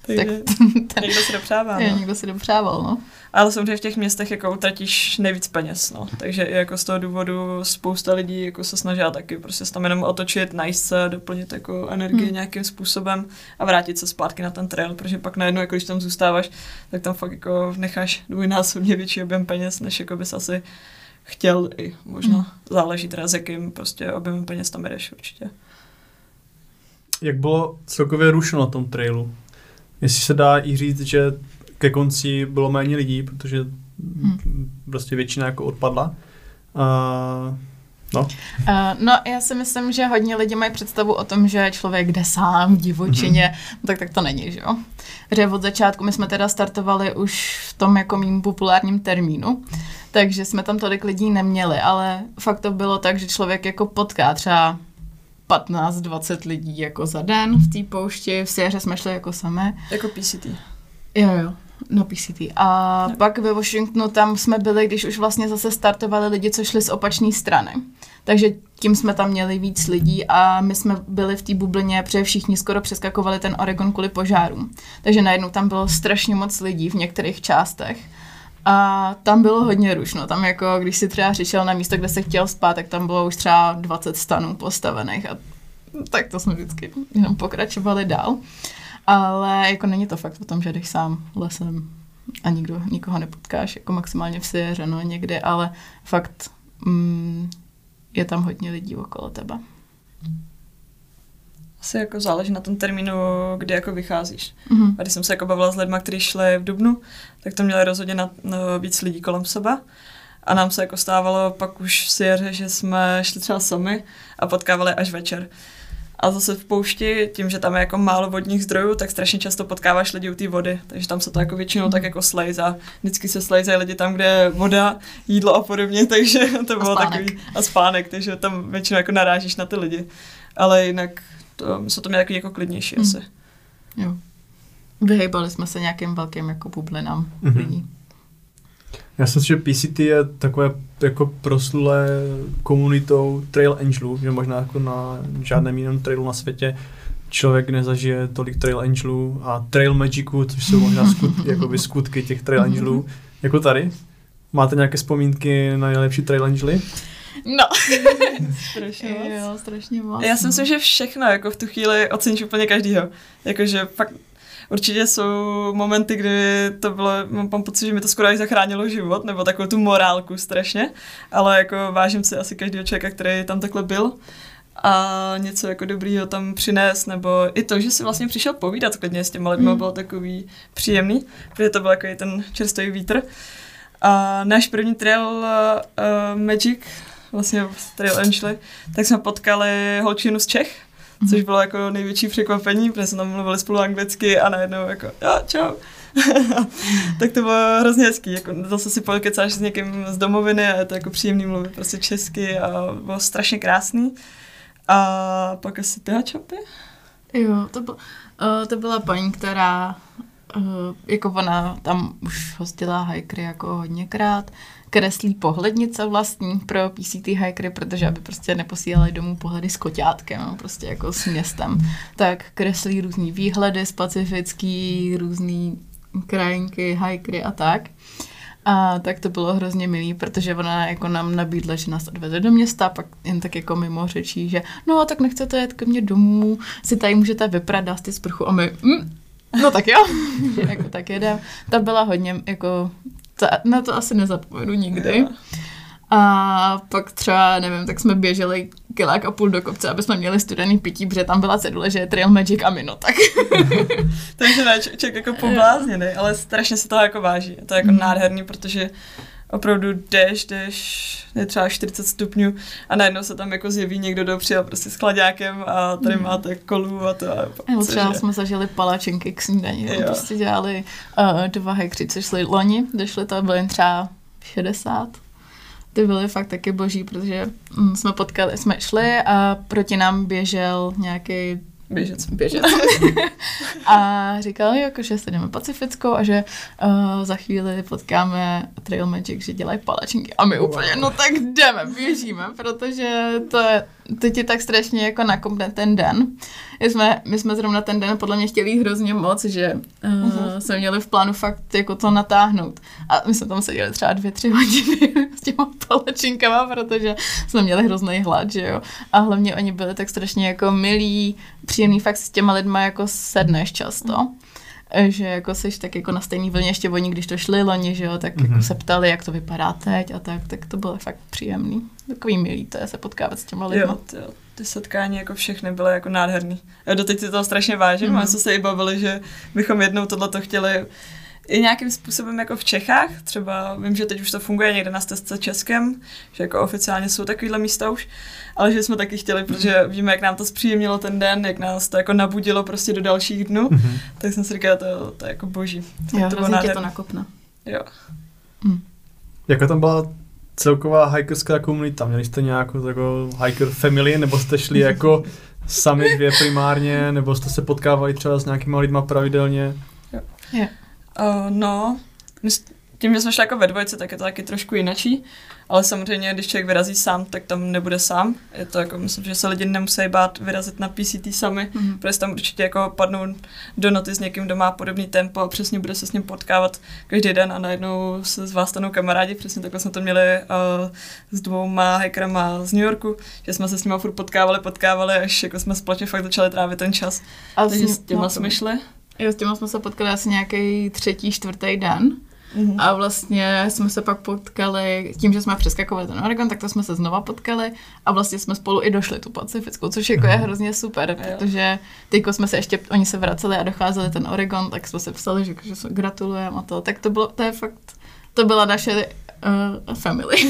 Takže ten, někdo si dopřává. Je, no. někdo si dopřával, no. Ale samozřejmě v těch městech jako utratíš nejvíc peněz, no. Takže i jako z toho důvodu spousta lidí jako se snaží taky prostě se tam jenom otočit, najíst se, doplnit jako energii hmm. nějakým způsobem a vrátit se zpátky na ten trail, protože pak najednou, jako když tam zůstáváš, tak tam fakt jako necháš dvojnásobně větší objem peněz, než jako bys asi chtěl i možná. Hmm. Záleží teda s jakým prostě objemem peněz tam jdeš určitě. Jak bylo celkově rušeno na tom trailu? Jestli se dá i říct, že ke konci bylo méně lidí, protože hmm. prostě většina jako odpadla. Uh, no. Uh, no, já si myslím, že hodně lidí mají představu o tom, že člověk jde sám v divočině, hmm. tak tak to není, že jo? Že od začátku my jsme teda startovali už v tom jako mým populárním termínu, takže jsme tam tolik lidí neměli, ale fakt to bylo tak, že člověk jako potká třeba patnáct dvacet lidí jako za den v té poušti, v Sierře jsme šli jako samé. Jako P C T. Jo, jo, na P C T. A no. Pak ve Washingtonu tam jsme byli, když už vlastně zase startovali lidi, co šli z opačné strany. Takže tím jsme tam měli víc lidí a my jsme byli v té bublině, protože všichni skoro přeskakovali ten Oregon kvůli požárům. Takže najednou tam bylo strašně moc lidí v některých částech. A tam bylo hodně rušno. Tam jako, když si třeba přišel na místo, kde se chtěl spát, tak tam bylo už třeba dvacet stanů postavených a tak to jsme vždycky jenom pokračovali dál. Ale jako není to fakt o tom, že jdeš sám lesem a nikdo, nikoho nepotkáš, jako maximálně v Sierře, no někdy, ale fakt mm, je tam hodně lidí okolo tebe. Asi jako záleží na tom termínu, kdy jako vycházíš. Mm-hmm. A když jsem se jako bavila s lidma, kteří šli v dubnu, tak to měli rozhodně na, na víc lidí kolem sebe. A nám se jako stávalo pak už v Sierře, že jsme šli třeba sami a potkávali až večer. A zase v poušti, tím, že tam je jako málo vodních zdrojů, tak strašně často potkáváš lidi u té vody, takže tam se to jako většinou tak jako slejzá. Vždycky se slejzají lidi tam, kde je voda, jídlo a podobně, takže to bylo takový a spánek, takže tam většinou jako narážíš na ty lidi. Ale jinak to, jsou to měli takový jako klidnější hmm. asi. Jo. Vyhejbali jsme se nějakým velkým jako bublinám mm-hmm. lidí. Já si myslím, že P C T je takové jako proslulé komunitou trail angelů, že možná jako na žádném jiném trailu na světě člověk nezažije tolik trail angelů a trail magicu, což jsou možná skutky, jakoby skutky těch trail angelů, jako tady. Máte nějaké vzpomínky na nejlepší trail angely? No. strašně moc. Jo, strašně moc. Já si myslím, že všechno jako v tu chvíli oceníš úplně každýho. Jakože fakt určitě jsou momenty, kdy to bylo, mám pocit, že mi to skoro i zachránilo život, nebo takovou tu morálku strašně, ale jako vážím si asi každého člověka, který tam takhle byl a něco jako dobrýho tam přines, nebo i to, že si vlastně přišel povídat klidně s těma lidmi, mm. bylo takový příjemný, protože to byl jako ten čerstvý vítr. A náš první trail uh, Magic, vlastně trail Angely, tak jsme potkali holčinu z Čech, což bylo jako největší překvapení, protože jsme tam mluvili spolu anglicky a najednou jako jo, čau. Tak to bylo hrozně hezký, jako zase si pokecáš s někým z domoviny a je to jako příjemný mluvit prostě česky a bylo strašně krásný. A pak asi ty hačopy? Jo, to, byl, uh, to byla paní, která uh, jako ona tam už hostila hikery jako hodněkrát, kreslí pohlednice vlastní pro P C T hikery, protože aby prostě neposílali domů pohledy s koťátkem, no, prostě jako s městem. Tak kreslí různý výhledy specifický, různý krajinky, hikery a tak. A tak to bylo hrozně milý, protože ona jako nám nabídla, že nás odveze do města, pak jen tak jako mimo řečí, že no a tak nechcete jet ke mně domů, si tady můžete vyprat, dát ty sprchu a my, mm, no tak jo, jako tak jedem. Ta byla hodně jako, ta, na to asi nezapomenu nikdy. A pak třeba, nevím, tak jsme běželi kilák a půl do kopce, aby jsme měli studený pití, protože tam byla cedule, že je Trail Magic a my, no tak. Takže ne, člověk jako poblázněný, ale strašně se toho jako váží. To je jako mm. nádherný, protože opravdu jdeš, jdeš, je třeba čtyřicet stupňů a najednou se tam jako zjeví někdo, kdo přijel prostě s chlaďákem a tady mm. máte kolu a to. A no, třeba jsme zažili palačinky k snídani, prostě dělali uh, dva hekři, co šli loni, došli to, byly třeba šedesát. Ty byly fakt taky boží, protože jsme potkali, jsme šli a proti nám běžel nějaký Běžec. Běžec. A říkal, jako, že se jdeme Pacifickou a že uh, za chvíli potkáme Trail Magic, že dělají palačinky. A my úplně, no tak jdeme, běžíme, protože to, je, to ti tak strašně jako nakopne ten den. My jsme, my jsme zrovna ten den podle mě chtěli hrozně moc, že uh, uh-huh. jsme měli v plánu fakt jako to natáhnout. A my jsme tam seděli třeba dvě, tři hodiny s těma palačinkama, protože jsme měli hrozný hlad, že jo. A hlavně oni byli tak strašně jako milí, příjemný, fakt s těma lidma jako sedneš často. Uh-huh. Že jako seš tak jako na stejný vlně, ještě oni, když to šli loni, že jo, tak mm-hmm. jako se ptali, jak to vypadá teď a tak, tak to bylo fakt příjemný. Takový milý to je se potkávat s těma lidma. Jo, jo, ty setkání jako všechny byly jako nádherný. Já doteď si toho strašně vážím, mm-hmm. a co se i bavili, že bychom jednou tohleto chtěli i nějakým způsobem jako v Čechách, třeba vím, že teď už to funguje někde na stezce Českém, že jako oficiálně jsou takovýhle místa už, ale že jsme taky chtěli, protože víme, jak nám to zpříjemnilo ten den, jak nás to jako nabudilo prostě do dalších dnů, mm-hmm. tak jsem si říkala, to, to je jako boží. Tak jo, to hrozně tě to nakopne. Jo. Mm. Jaká tam byla celková hikerská komunita? Měli jste nějakou takovou hiker family, nebo jste šli jako sami dvě primárně, nebo jste se potkávali třeba s nějakýma lidma pravidelně? Jo. Jo. Uh, no, tím, že jsme šli jako ve dvojce, tak je to taky trošku jinačí, ale samozřejmě, když člověk vyrazí sám, tak tam nebude sám. Je to jako, myslím, že se lidi nemusí bát vyrazit na P C T sami, mm-hmm. protože tam určitě jako padnou do noty s někým, kdo má podobný tempo a přesně bude se s ním potkávat každý den a najednou se z vás stanou kamarádi. Přesně takhle jsme to měli uh, s dvouma hikerama z New Yorku, že jsme se s nimi furt potkávali, potkávali, až jako jsme společně fakt začali trávit ten čas. A takže s těma no, jsme šli. Jo, s těma jsme se potkali asi nějaký třetí, čtvrtý den. Mm-hmm. A vlastně jsme se pak potkali, tím, že jsme přeskakovali ten Oregon, tak to jsme se znova potkali a vlastně jsme spolu i došli tu Pacifickou, což jako je hrozně super, protože teďko jsme se ještě, oni se vraceli a docházeli ten Oregon, tak jsme se psali, že, že gratulujeme a to, tak to bylo, to je fakt, to byla naše uh, family.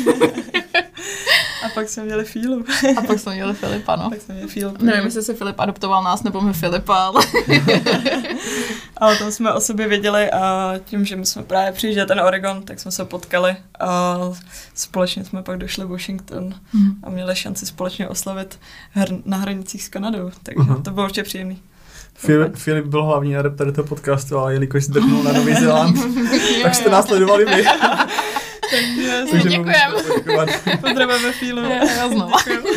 A pak jsme měli Fílu. A pak jsme měli Filipa, no. Pak jsme měli Fílu. Nevím, jestli si Filip adoptoval nás, nebo my Filipa, ale... Ale tam jsme o sobě věděli a tím, že my jsme právě přijížděli ten Oregon, tak jsme se potkali a společně jsme pak došli v Washington mm. a měli šanci společně oslavit hr- na hranicích s Kanadou, takže uh-huh. to bylo určitě příjemný. Filip, Filip byl hlavní adeptor toho podcastu, ale jelikož zdrhnul na Nový Zéland, tak jste následovali vy. Takže, Takže děkujeme. Pozdravujeme Fílu. Já znovu.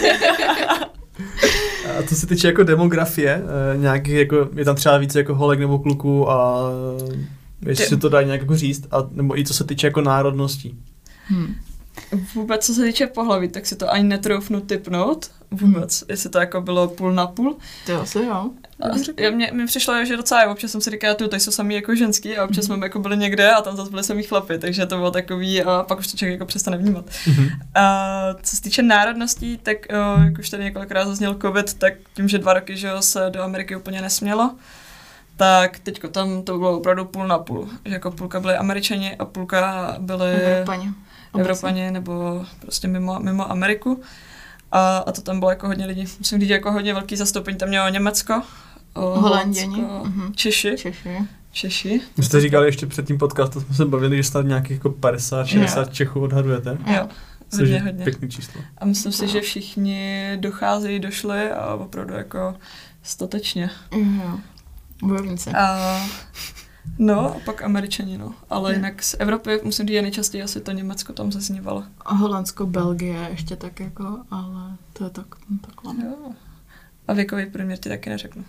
A co se týče jako demografie, nějakých jako, je tam třeba více jako holek nebo kluků a jestli se to dá nějak jako říct, a, nebo i co se týče jako národností. Hmm. Vůbec co se týče pohlaví, tak si to ani netroufnu tipnout. Vůbec, jestli to jako bylo půl na půl. To asi jo. A mě, mi přišlo, že docela, občas jsem si říkala, tu, tady jsou samý jako ženský a občas mm-hmm. jsme jako byli někde a tam zase byli samý chlapi, takže to bylo takový a pak už to člověk jako přestane vnímat. Mm-hmm. A co se týče národností, tak o, jak už tady několikrát zazněl covid, tak tím, že dva roky že se do Ameriky úplně nesmělo, tak teďko tam to bylo opravdu půl na půl. Že jako půlka byli Američani a půlka byli Evropani. Evropani nebo prostě mimo, mimo Ameriku. A, a to tam bylo jako hodně lidí. Musím říct, jako hodně velký zastoupení. Tam mělo Německo, Holanděni, uh-huh. Češi. Češi. Češi. Vy jste říkali ještě před tím podcastem, jsme se bavili, že snad nějakých jako padesát šedesát jo. Čechů odhadujete. Jo, hodně, hodně. Pěkný číslo. A myslím si, že všichni docházejí, došli a opravdu jako statečně. Jo, bojovníci. A no, a pak Američani, no. Ale jinak z Evropy, musím říct, nejčastěji asi to Německo tam zaznívalo. A Holandsko, Belgie ještě tak jako, ale to je tak, takhle. Jo. A věkový průměr ti taky neřeknu.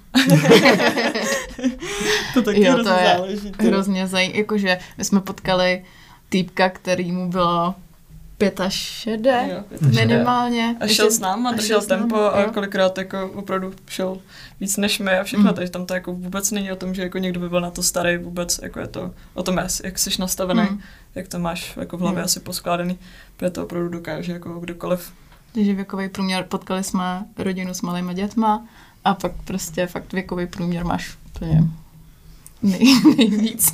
To taky jo, hrozně to je záleží. hrozně zajímavé, jakože my jsme potkali týpka, který mu bylo šedesát pět minimálně. A šel s náma, držel tempo náma, a kolikrát jako opravdu šel víc než my a všechno, mm. takže tam to jako vůbec není o tom, že jako někdo by byl na to starý, vůbec jako je to o tom, jak jsi nastavený, mm. jak to máš jako v hlavě mm. asi poskládaný, protože to opravdu dokáže jako kdokoliv. Takže věkový průměr, potkali jsme rodinu s malýma dětma a pak prostě fakt věkový průměr máš úplně nej, nejvíc.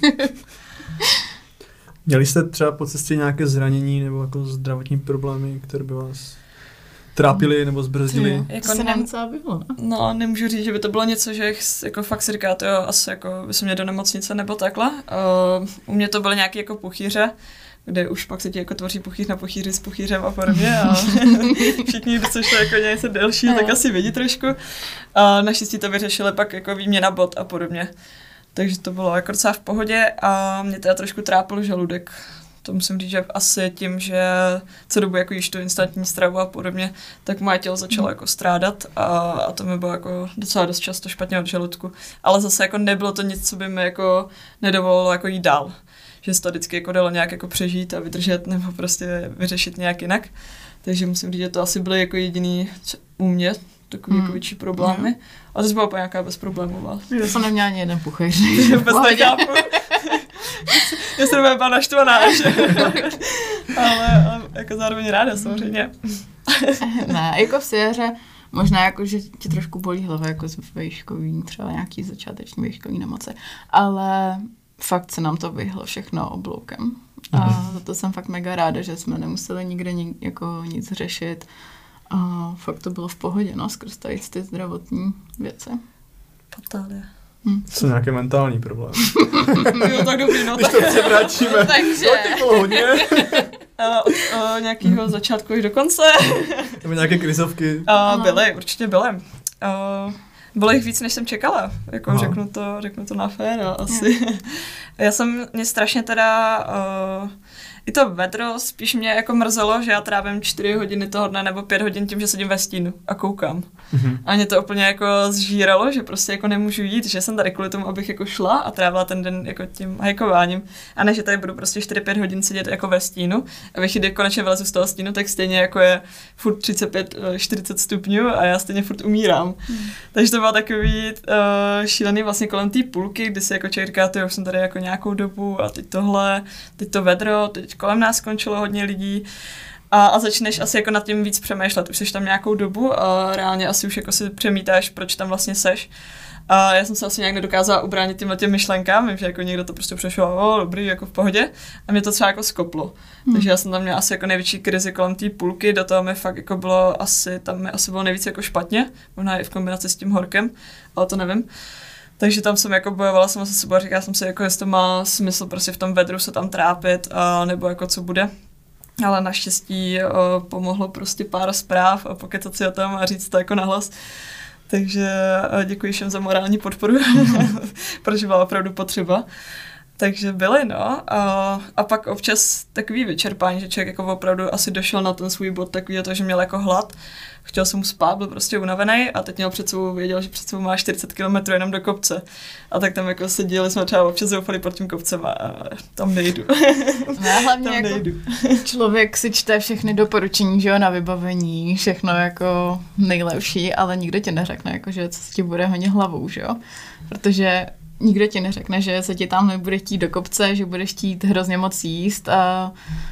Měli jste třeba po cestě nějaké zranění nebo jako zdravotní problémy, které by vás trápily nebo zbrzdily? Jako se nám celá bylo. No, nemůžu říct, že by to bylo něco, že jako fakt si říká, to jo, asi jako by se mě do nemocnice nebo takhle. Uh, u mě to byly nějaké jako puchýře, kde už pak se ti jako tvoří puchýř na puchýři s puchýřem a podobně a všichni, kdo jsou jako něco delší, tak asi vědí trošku. A naštěstí to vyřešili pak jako výměna bot a podobně. Takže to bylo jako docela v pohodě a mě teda trošku trápil žaludek. To musím říct, že asi tím, že co dobu jako jíš tu instantní stravu a podobně, tak moje tělo začalo jako strádat a, a to mi bylo jako docela dost často špatně od žaludku. Ale zase jako nebylo to nic, co by mi jako nedovolilo jako jít dál. Že se to vždycky jako dalo nějak jako přežít a vydržet nebo prostě vyřešit nějak jinak. Takže musím říct, že to asi byly jako jediný u mě takový mm. jako větší problémy. Mm. A to byla úplně nějaká bezproblémová. Já jsem neměla ani jeden puchýř. Vůbec nechápu. Já jsem byla naštvaná, že? ale, ale jako zároveň ráda samozřejmě. Ne, jako v séře možná jako, že tě trošku bolí hlava jako z vejškový, třeba nějaký začáteční vejškový nemoce, ale fakt se nám to vyhlo všechno obloukem. A za to jsem fakt mega ráda, že jsme nemuseli nikde ni, jako nic řešit. A fakt to bylo v pohodě, no, skrz tady ty zdravotní věci. Fatálie. Hm. Jsou nějaké mentální problémy. Jo, tak dobrý, no. Když to převrátíme. Takže. To bylo hodně. Uh, od uh, nějakého začátku až do konce. Nebo nějaké krizovky. Uh, byly, určitě byly. Uh, bylo jich víc, než jsem čekala. Jako řeknu to, řeknu to na fér, asi. Já jsem, mě strašně teda... Uh, I to vedro spíš mě jako mrzelo, že já trávím čtyři hodiny toho dne nebo pět hodin tím, že sedím ve stínu a koukám. Mm-hmm. A mě to úplně jako zžíralo, že prostě jako nemůžu jít, že jsem tady kvůli tomu, abych jako šla a trávila ten den jako tím hajkováním. A ne, že tady budu prostě čtyři pět hodin sedět jako ve stínu a ve chvíli, konečně vylezu z toho stínu, tak stejně jako je furt třicet pět čtyřicet stupňů a já stejně furt umírám. Mm. Takže to bylo takový uh, šílený vlastně kolem té půlky, kdy se jako člověk říká, to už jsem tady jako nějakou dobu a teď tohle, teď to vedro, teď kolem nás skončilo hodně lidí a, a začneš asi jako nad tím víc přemýšlet. Už jsi tam nějakou dobu a reálně asi už jako si přemítáš, proč tam vlastně seš. A já jsem se asi nějak nedokázala ubránit tímhle těm myšlenkám, vím, že jako někdo to prostě přešel, o, dobrý, jako v pohodě. A mě to třeba jako skoplo. Hmm. Takže já jsem tam měla asi jako největší krizi kolem té půlky, do toho mi fakt jako bylo asi, tam mi asi bylo nejvíc jako špatně, možná i v kombinaci s tím horkem, ale to nevím. Takže tam jsem jako bojovala sama se sebou a říkala jsem si, jako jestli to má smysl prostě v tom vedru se tam trápit, a nebo jako co bude. Ale naštěstí o, pomohlo prostě pár zpráv a pokecat si o tom a říct to jako nahlas. Takže děkuji všem za morální podporu, protože byla opravdu potřeba. Takže byly, no. A, a pak občas takový vyčerpání, že člověk jako opravdu asi došel na ten svůj bod takový, to, že měl jako hlad. Chtěl jsem mu spát, byl prostě unavený a teď měl před sebou, věděl, že před sebou má čtyřicet kilometrů jenom do kopce. A tak tam jako seděli jsme třeba občas zoufali pod tím kopcem a tam nejdu. No, hlavně tam jako nejdu. Člověk si čte všechny doporučení, že jo, na vybavení, všechno jako nejlepší, ale nikdo ti neřekne, jako, že co ti bude honit hlavou, že jo. Protože nikdo ti neřekne, že se ti tam nebude chtít do kopce, že budeš chtít hrozně moc jíst a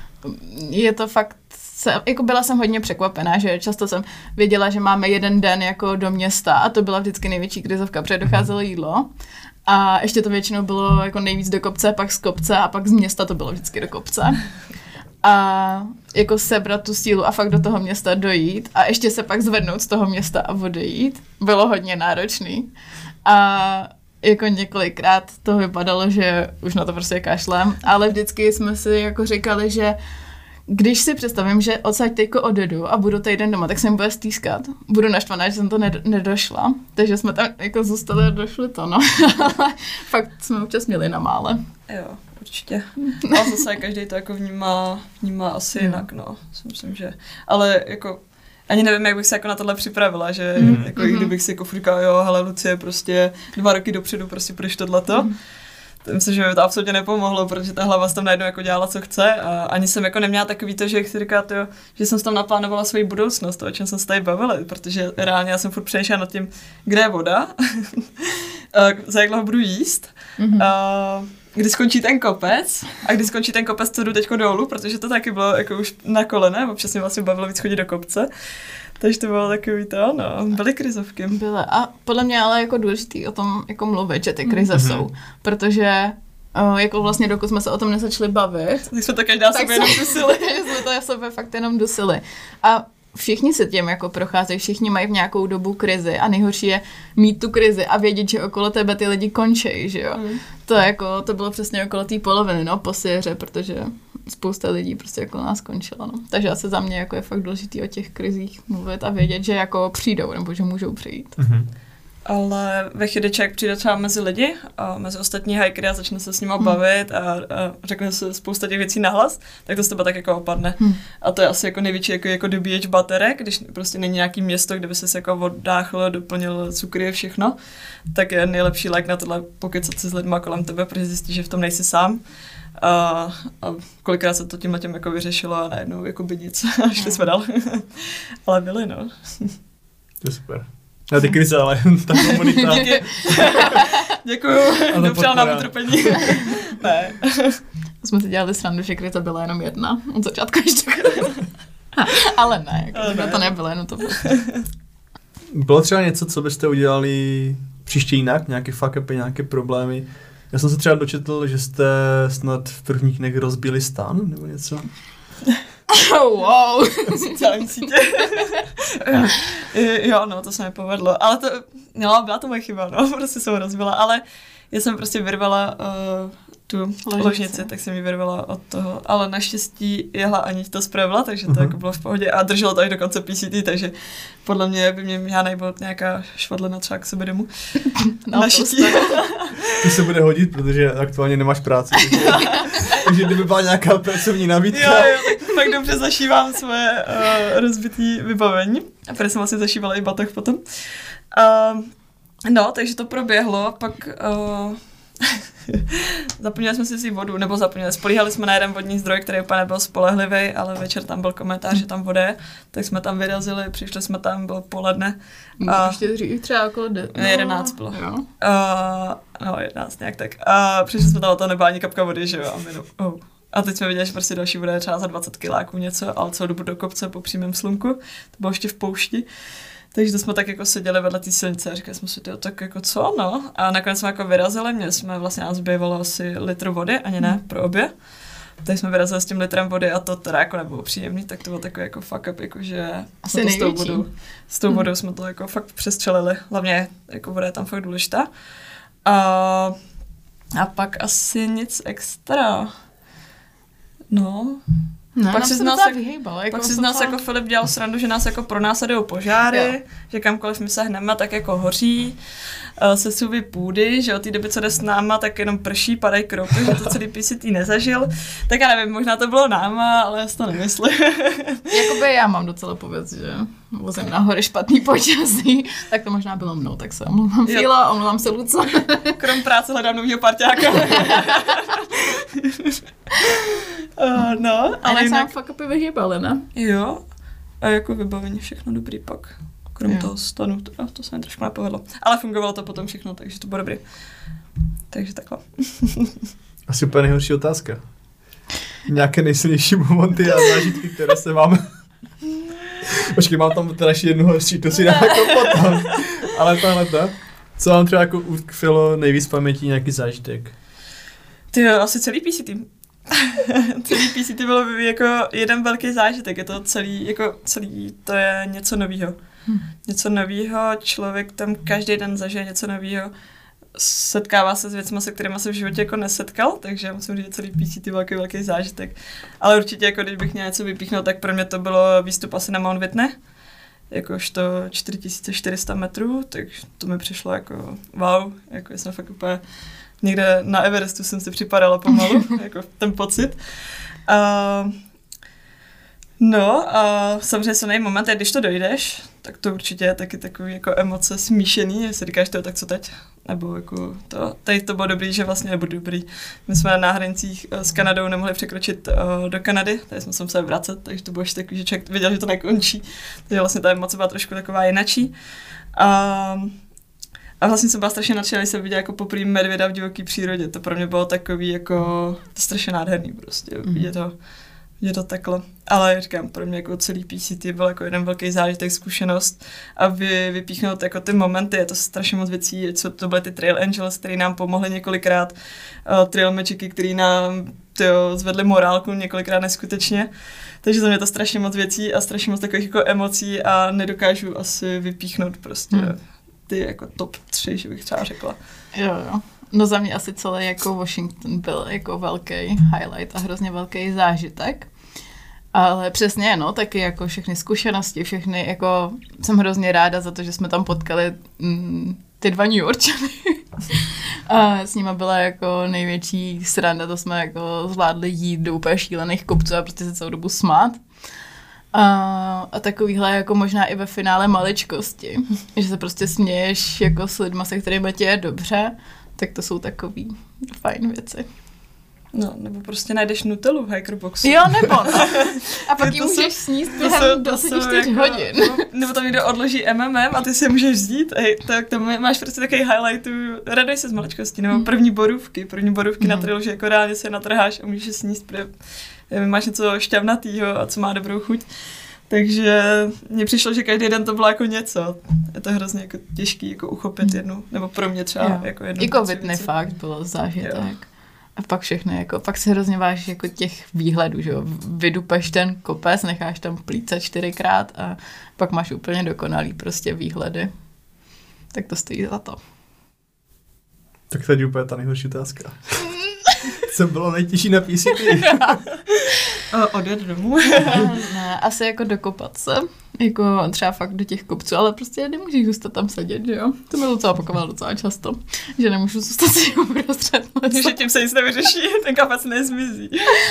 je to fakt, jako byla jsem hodně překvapená, že často jsem věděla, že máme jeden den jako do města a to byla vždycky největší krizovka, protože docházelo jídlo a ještě to většinou bylo jako nejvíc do kopce, pak z kopce a pak z města to bylo vždycky do kopce. A jako sebrat tu sílu a fakt do toho města dojít a ještě se pak zvednout z toho města a odejít, bylo hodně náročný. A jako několikrát to vypadalo, že už na to prostě kašlem, ale vždycky jsme si jako říkali, že když si představím, že odsaď teďko odjedu a budu týden doma, tak se mi bude stýskat. Budu naštvaná, že jsem to nedošla. Takže jsme tam jako zůstali a došli to, no. Fakt jsme občas měli na mále. Jo, určitě. A zase každý to jako vnímá, vnímá asi hmm. jinak, no. Myslím, že. Ale jako ani nevím, jak bych se jako na tohle připravila, že mm. jako mm. kdybych si jako říkala, jo, hele Lucie, prostě dva roky dopředu prostě půjdeš tohleto. Mm. Myslím, že mi to absolutně nepomohlo, protože ta hlava se tam najednou jako dělala, co chce a ani jsem jako neměla takový to, že jak si říká, jo, že jsem tam naplánovala svoji budoucnost, to, o čem jsem se tady bavili, protože reálně já jsem furt přemýšlela nad tím, kde je voda, za jak dlouho budu jíst, mm-hmm. a kdy skončí ten kopec a kdy skončí ten kopec, co jdu teďko dolů, protože to taky bylo jako už na kolene, občas mě vlastně bavilo víc chodit do kopce. Takže to bylo takový to, no, byly krizovky. Byly a podle mě ale jako důležitý o tom jako mluvit, že ty krize mm-hmm. jsou, protože uh, jako vlastně dokud jsme se o tom nezačali bavit, tak jsme to každá tak sebe jenom dusili. jsme to sebe fakt jenom dusili. A všichni se tím jako procházejí, všichni mají v nějakou dobu krizi a nejhorší je mít tu krizi a vědět, že okolo tebe ty lidi končí, že jo. Mm. To jako, to bylo přesně okolo té poloviny, no, po séře, protože spousta lidí prostě jako nás skončila, no. Takže asi za mě jako je fakt důležitý o těch krizích mluvit a vědět, že jako přijdou, nebo že můžou přijít. Mm-hmm. Ale ve chvíli člověk přijde třeba mezi lidi, a mezi ostatní hikery a začne se s nima bavit a, a řekne se spousta těch věcí nahlas, tak to z tebe tak jako opadne. Hmm. A to je asi jako největší jako, jako dobíječ baterek, když prostě není nějaký město, kde by se jako oddáchl, doplnil cukry a všechno, tak je nejlepší lék na tohle pokecat si s lidma kolem tebe, protože zjistíš, že v tom nejsi sám. A, a kolikrát se to tímhle tím jako vyřešilo a najednou jako by nic a šli jsme dál. Ale byli, no. To je super. Na ty krize, ale ta komunita. Díky. Děkuju. Dopřál nám utrpení. Ne. Jsme si dělali srandu, že krize byla jenom jedna. Od začátku ještě. Ale ne, jako ale ne. To nebylo, jenom to bylo. Bylo třeba něco, co byste udělali příště jinak? Nějaké fuck upy, nějaké problémy? Já jsem se třeba dočetl, že jste snad v prvních dnech rozbili stan, nebo něco? Oh, wow. Sociální sítě. Jo, no, to se mi povedlo. Ale to, no, byla to moje chyba, no, prostě jsem ho rozbila, ale já jsem prostě vyrvala uh, tu ložnici. ložnici, tak jsem ji vyrvala od toho, ale naštěstí jehla Aniť to spravila, takže to uh-huh. jako bylo v pohodě a drželo to až do konce P C T, takže podle mě by mě měla najít nějaká švadlena třeba k sobě domů. No, Naštěstí. To se bude hodit, protože aktuálně nemáš práci. Takže kdyby byla nějaká pracovní nabídka. Jo, jo, tak, tak dobře zašívám svoje uh, rozbitý vybavení. A protože jsem vlastně zašívala i batoh potom. Uh, no, takže to proběhlo, pak uh, zapomněli jsme si vzít vodu, nebo zapomněli, spolíhali jsme na jeden vodní zdroj, který úplně nebyl spolehlivý, ale večer tam byl komentář, že tam voda je, tak jsme tam vyrazili, přišli jsme tam, bylo poledne. A ještě dřív, třeba okolo de- no, jedenáct bylo. Jo. Uh, no, jedenáct nějak tak. A přišli jsme tam a to nebyla ani kapka vody, že jo, a my no, oh. A teď jsme viděli, že prostě další voda je třeba za dvacet kiláků něco, ale celou dobu do kopce po přímém slunku, to bylo ještě v poušti. Takže to jsme tak jako seděli vedle té silnice a říkali jsme si, tyjo, tak jako co, no. A nakonec jsme jako vyrazili, měli jsme vlastně, nás zbývalo asi litr vody, ani ne, pro obě. Takže jsme vyrazili s tím litrem vody a to teda jako nebylo příjemný, tak to bylo takový jako fuck up, jakože asi s tou vodou, s tou vodou jsme to jako fakt přestřelili, hlavně jako voda je tam fakt důležitá. A, a pak asi nic extra. No... Ne, pak si z nás, jak, vyhejbal, jako pak si z nás jako Filip dělal srandu, že nás jako pronásledují požáry, jo. Že kamkoliv my sehneme, tak jako hoří, uh, sesuvy půdy, že od té doby, co jde s náma, tak jenom prší, padají kropy, že to celý P C T nezažil. Tak já nevím, možná to bylo náma, ale já si to nemyslím. Jakoby já mám docela pověc, že vozím nahoře špatný počasí, tak to možná bylo mnou, tak se omlouvám Fila, omlouvám se Luce. Krom práce hledám novýho parťáka. Uh, no, ale jinak... fakt upy vyhýbali, ne? Jo, a jako vybavení všechno dobrý pak. Krom jo. toho stanu, to, to se mi trošku nepovedlo. Ale fungovalo to potom všechno, takže to bylo dobrý. Takže takhle. Asi úplně nejhorší otázka. Nějaké nejsilnější momenty a zážitky, které se vám... Počkej, mám tam teda ještě jednu horší, to si dám jako potom. Ale tahle ta. Co vám třeba jako utkvělo nejvíc v paměti nějaký zážitek? Ty jo, asi celý P C T. Celý P C T bylo jako jeden velký zážitek, je to celý, jako celý, to je něco novýho. Hmm. Něco novýho, člověk tam každý den zažije něco novýho, setkává se s věcmi, se kterými se v životě jako nesetkal, takže musím říct, že celý P C T velký, velký zážitek. Ale určitě, jako když bych měl něco vypíchnout, tak pro mě to bylo výstup asi na Mount Whitney, jakožto čtyři tisíce čtyři sta metrů, tak to mi přišlo jako wow, jako jsem fakt úplně někde na Everestu jsem si připadala pomalu, jako ten pocit. Uh, no a samozřejmě silný moment, když to dojdeš, tak to určitě je taky takový jako emoce smíšený, jestli si říkáš to, tak co teď? Nebo jako to, tady to bylo dobrý, že vlastně nebudu dobrý. My jsme na hranicích s Kanadou nemohli překročit uh, do Kanady, tady jsme se museli vracet, takže to bylo ještě takový, že člověk viděl, že to nekončí. Takže vlastně ta emoce byla trošku taková jinačí. Uh, A vlastně jsem byla strašně nadšená, když jsem viděla jako poprvé medvěda v divoké přírodě. To pro mě bylo takový jako, to strašně nádherný prostě, mm. vidět ho, že to takhle. Ale říkám, pro mě jako celý P C T byl jako jeden velký zážitek, zkušenost a vy, vypíchnout jako ty momenty, je to strašně moc věcí, co to byly ty Trail Angels, který nám pomohli několikrát, uh, Trail Magicy, který nám tyjo, zvedli morálku několikrát neskutečně. Takže za mě to strašně moc věcí a strašně moc takových jako emocí a nedokážu asi vypíchnout prostě hmm. ty jako top tři, že bych třeba řekla. Jo, jo. No za mě asi celý jako Washington byl jako velký highlight a hrozně velký zážitek. Ale přesně, no, taky jako všechny zkušenosti, všechny, jako jsem hrozně ráda za to, že jsme tam potkali mm, ty dva New Yorkčany. A s nima byla jako největší sranda, to jsme jako zvládli jít do úplně šílených kopců a prostě se celou dobu smát. A, a takovýhle jako možná i ve finále maličkosti, že se prostě směješ jako s lidma, se kterými ti je dobře, tak to jsou takový fajn věci. No, nebo prostě najdeš Nutellu v Hikerboxu. Jo, nebo no. A pak ji můžeš sníst během dvacet čtyři jako, hodin. No, nebo tam někdo odloží M M M a ty si je můžeš vzít. Ej, tak to máš prostě takový highlight, radoj se z maličkosti, nebo první borůvky, první borůvky mm. na trilu, že jako reálně si je natrháš a můžeš je sníst, protože máš něco šťavnatýho a co má dobrou chuť. Takže mně přišlo, že každý den to bylo jako něco. Je to hrozně jako těžký jako uchopit jednu, nebo pro mě třeba jo. jako jednu. I covidný fakt bylo zážitek. Jo. A pak všechny, jako, pak se hrozně váží jako těch výhledů, že jo. Vydupeš ten kopec, necháš tam plícat čtyřikrát a pak máš úplně dokonalý prostě výhledy. Tak to stojí za to. Tak teď úplně ta nejhorší otázka. Co bylo nejtěžší na P C T? Odjet domů. Ne, asi jako dokopat se. Jako třeba fakt do těch kopců, ale prostě nemůžeš zůstat tam sedět, že jo? To mi docela opakoval docela často, že nemůžu zůstat si uprostřed. Že tím se nic nevyřeší, ten kapec nezmizí.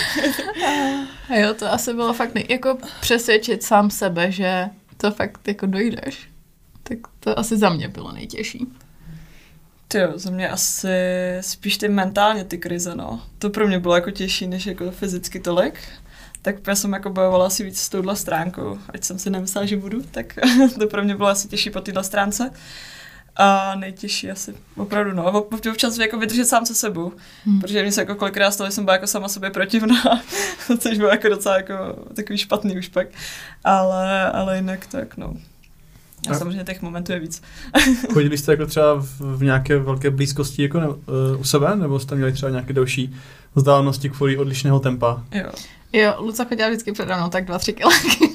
A jo, to asi bylo fakt nej- jako přesvědčit sám sebe, že to fakt jako dojdeš. Tak to asi za mě bylo nejtěžší. Jo, za mě asi spíš ty mentálně ty krize, no. To pro mě bylo jako těžší, než jako fyzicky tolik. Tak já jsem jako bojovala asi víc s touhle stránkou. Ať jsem si nemyslela, že budu, tak to pro mě bylo asi těžší po téhle stránce. A nejtěžší asi opravdu, no. Občas jako vydržet sám se sebou. Hmm. Protože mě se jako kolikrát stalo, že jsem byla jako sama sobě protivná. Což bylo jako docela jako takový špatný už pak. Ale, ale jinak tak, no. A samozřejmě těch momentů je víc. Chodili jste jako třeba v, v nějaké velké blízkosti jako ne, uh, u sebe, nebo jste měli třeba nějaké další vzdálenosti kvůli odlišného tempa? Jo. Jo, Luca chodila vždycky přede mnou tak dva, tři kiláky.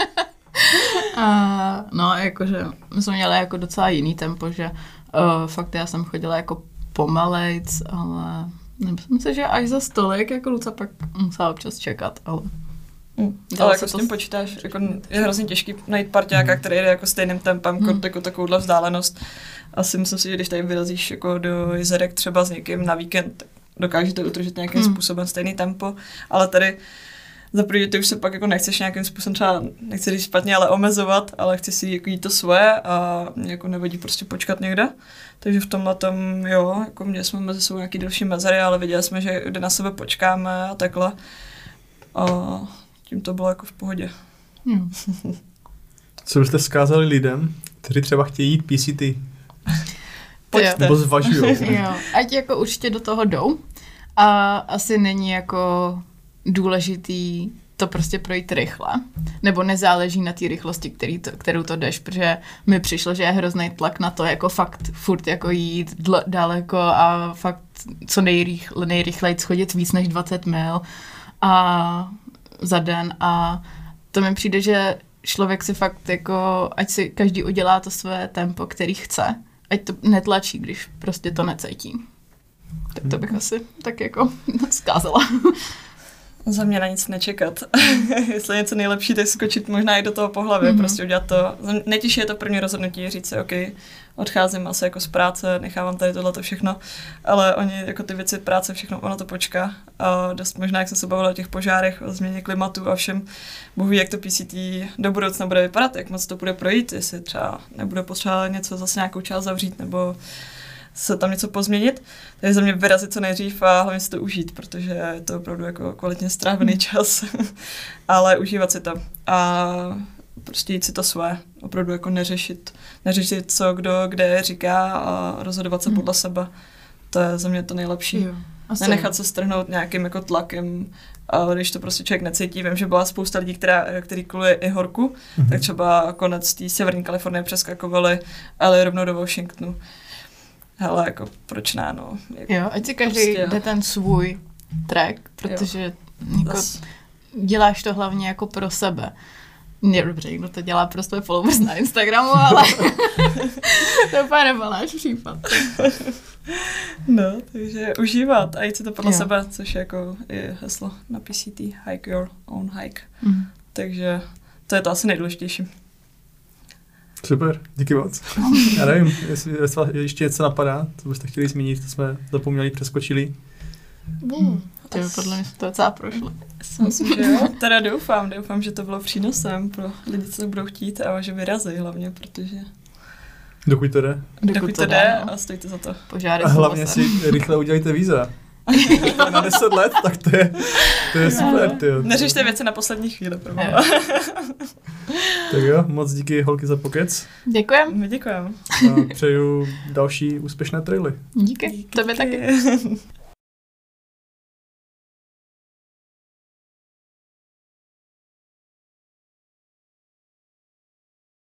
A no, jakože my jsme měli jako docela jiný tempo, že uh, fakt já jsem chodila jako pomalejc, ale nemyslím si, že až za stolik, jako Luca pak musela občas čekat, ale... Mm. Ale jako s tím počítáš, jako je hrozně těžký najít parťáka, který jde jako stejným tempem, mm. jako takovouhle vzdálenost. Asi myslím si, že když tady vyrazíš jako do jezerek třeba s někým na víkend, dokážete udržet nějakým mm. způsobem stejný tempo, ale tady za první ty už se pak jako nechceš nějakým způsobem třeba, nechci říct špatně, ale omezovat, ale chci si jako jít to svoje a mě jako nevadí prostě počkat někde. Takže v tomhle tom, jo, jako měli jsme mezi sebou nějaký další mezery, ale viděli jsme, že kde na sebe počkáme a takhle. A tím to bylo jako v pohodě. Hmm. Co byste vzkázali lidem, kteří třeba chtějí jít P C T? Pojďte. Nebo zvažujou. Jo, ať jako určitě do toho jdou. A asi není jako důležitý to prostě projít rychle. Nebo nezáleží na té rychlosti, který to, kterou to jdeš, protože mi přišlo, že je hrozný tlak na to, jako fakt furt jako jít dl- daleko a fakt co nejrychle, nejrychleji schodit víc než dvacet mil a za den a to mi přijde, že člověk si fakt jako, ať si každý udělá to své tempo, který chce, ať to netlačí, když prostě to necítí. Tak to bych asi tak jako zkázala. Za mě na nic nečekat. Jestli je něco nejlepší, tak skočit možná i do toho po hlavě, mm-hmm. prostě udělat to. Nejtěžší je to první rozhodnutí, říct si, OK, odcházím asi jako z práce, nechávám tady tohleto všechno, ale oni jako ty věci práce, všechno, ono to počká. A dost možná, jak jsem se bavila o těch požárech, o změně klimatu a všem, Bůh ví, jak to P C T do budoucna bude vypadat, jak moc to bude projít, jestli třeba nebude potřeba něco zase nějakou část zavřít, nebo se tam něco pozměnit. Takže za mě vyrazit co nejdřív a hlavně si to užít, protože je to opravdu jako kvalitně strávený čas. Ale užívat si to. A prostě jít si to své. Opravdu jako neřešit, neřešit co kdo kde říká a rozhodovat se podle sebe. To je za mě to nejlepší. Jo. Asi. Nenechat se strhnout nějakým jako tlakem, a když to prostě člověk necítí. Vím, že byla spousta lidí, která, který kvůli i horku, mm-hmm. tak třeba konec té severní Kalifornie přeskakovali, ale rovnou do Washingtonu. Hele, jako proč ne, no. Jako, jo, ať si každý prostě, jde ten svůj track, protože jako děláš to hlavně jako pro sebe. Ne, dobře, někdo to dělá pro své followers na Instagramu, ale to úplně nebyl náš případ. No, takže užívat a jít si to podle jo. sebe, což je jako je heslo na P C T, hike your own hike. Mm. Takže to je to asi nejdůležitější. Super, díky moc. Já nevím, jestli, jestli ještě něco napadá, co byste chtěli zmínit, to jsme zapomněli, přeskočili. Mm. To by podle mě to docela prošlo. Myslím, že jo. Teda doufám, doufám, že to bylo přínosem pro lidi, co to budou chtít a že vyrazí hlavně, protože... Dokud to jde. Dokud, Dokud to jde no. A stojte za to. Požáry a hlavně si rychle udělejte víza. Na deset let, tak to je, to je super. Tyjo. Neřešte věci na poslední chvíli. Tak jo, moc díky holky za pokec. Děkujem. My děkujeme. A přeju další úspěšné traily. Díky, díky. Tobě taky.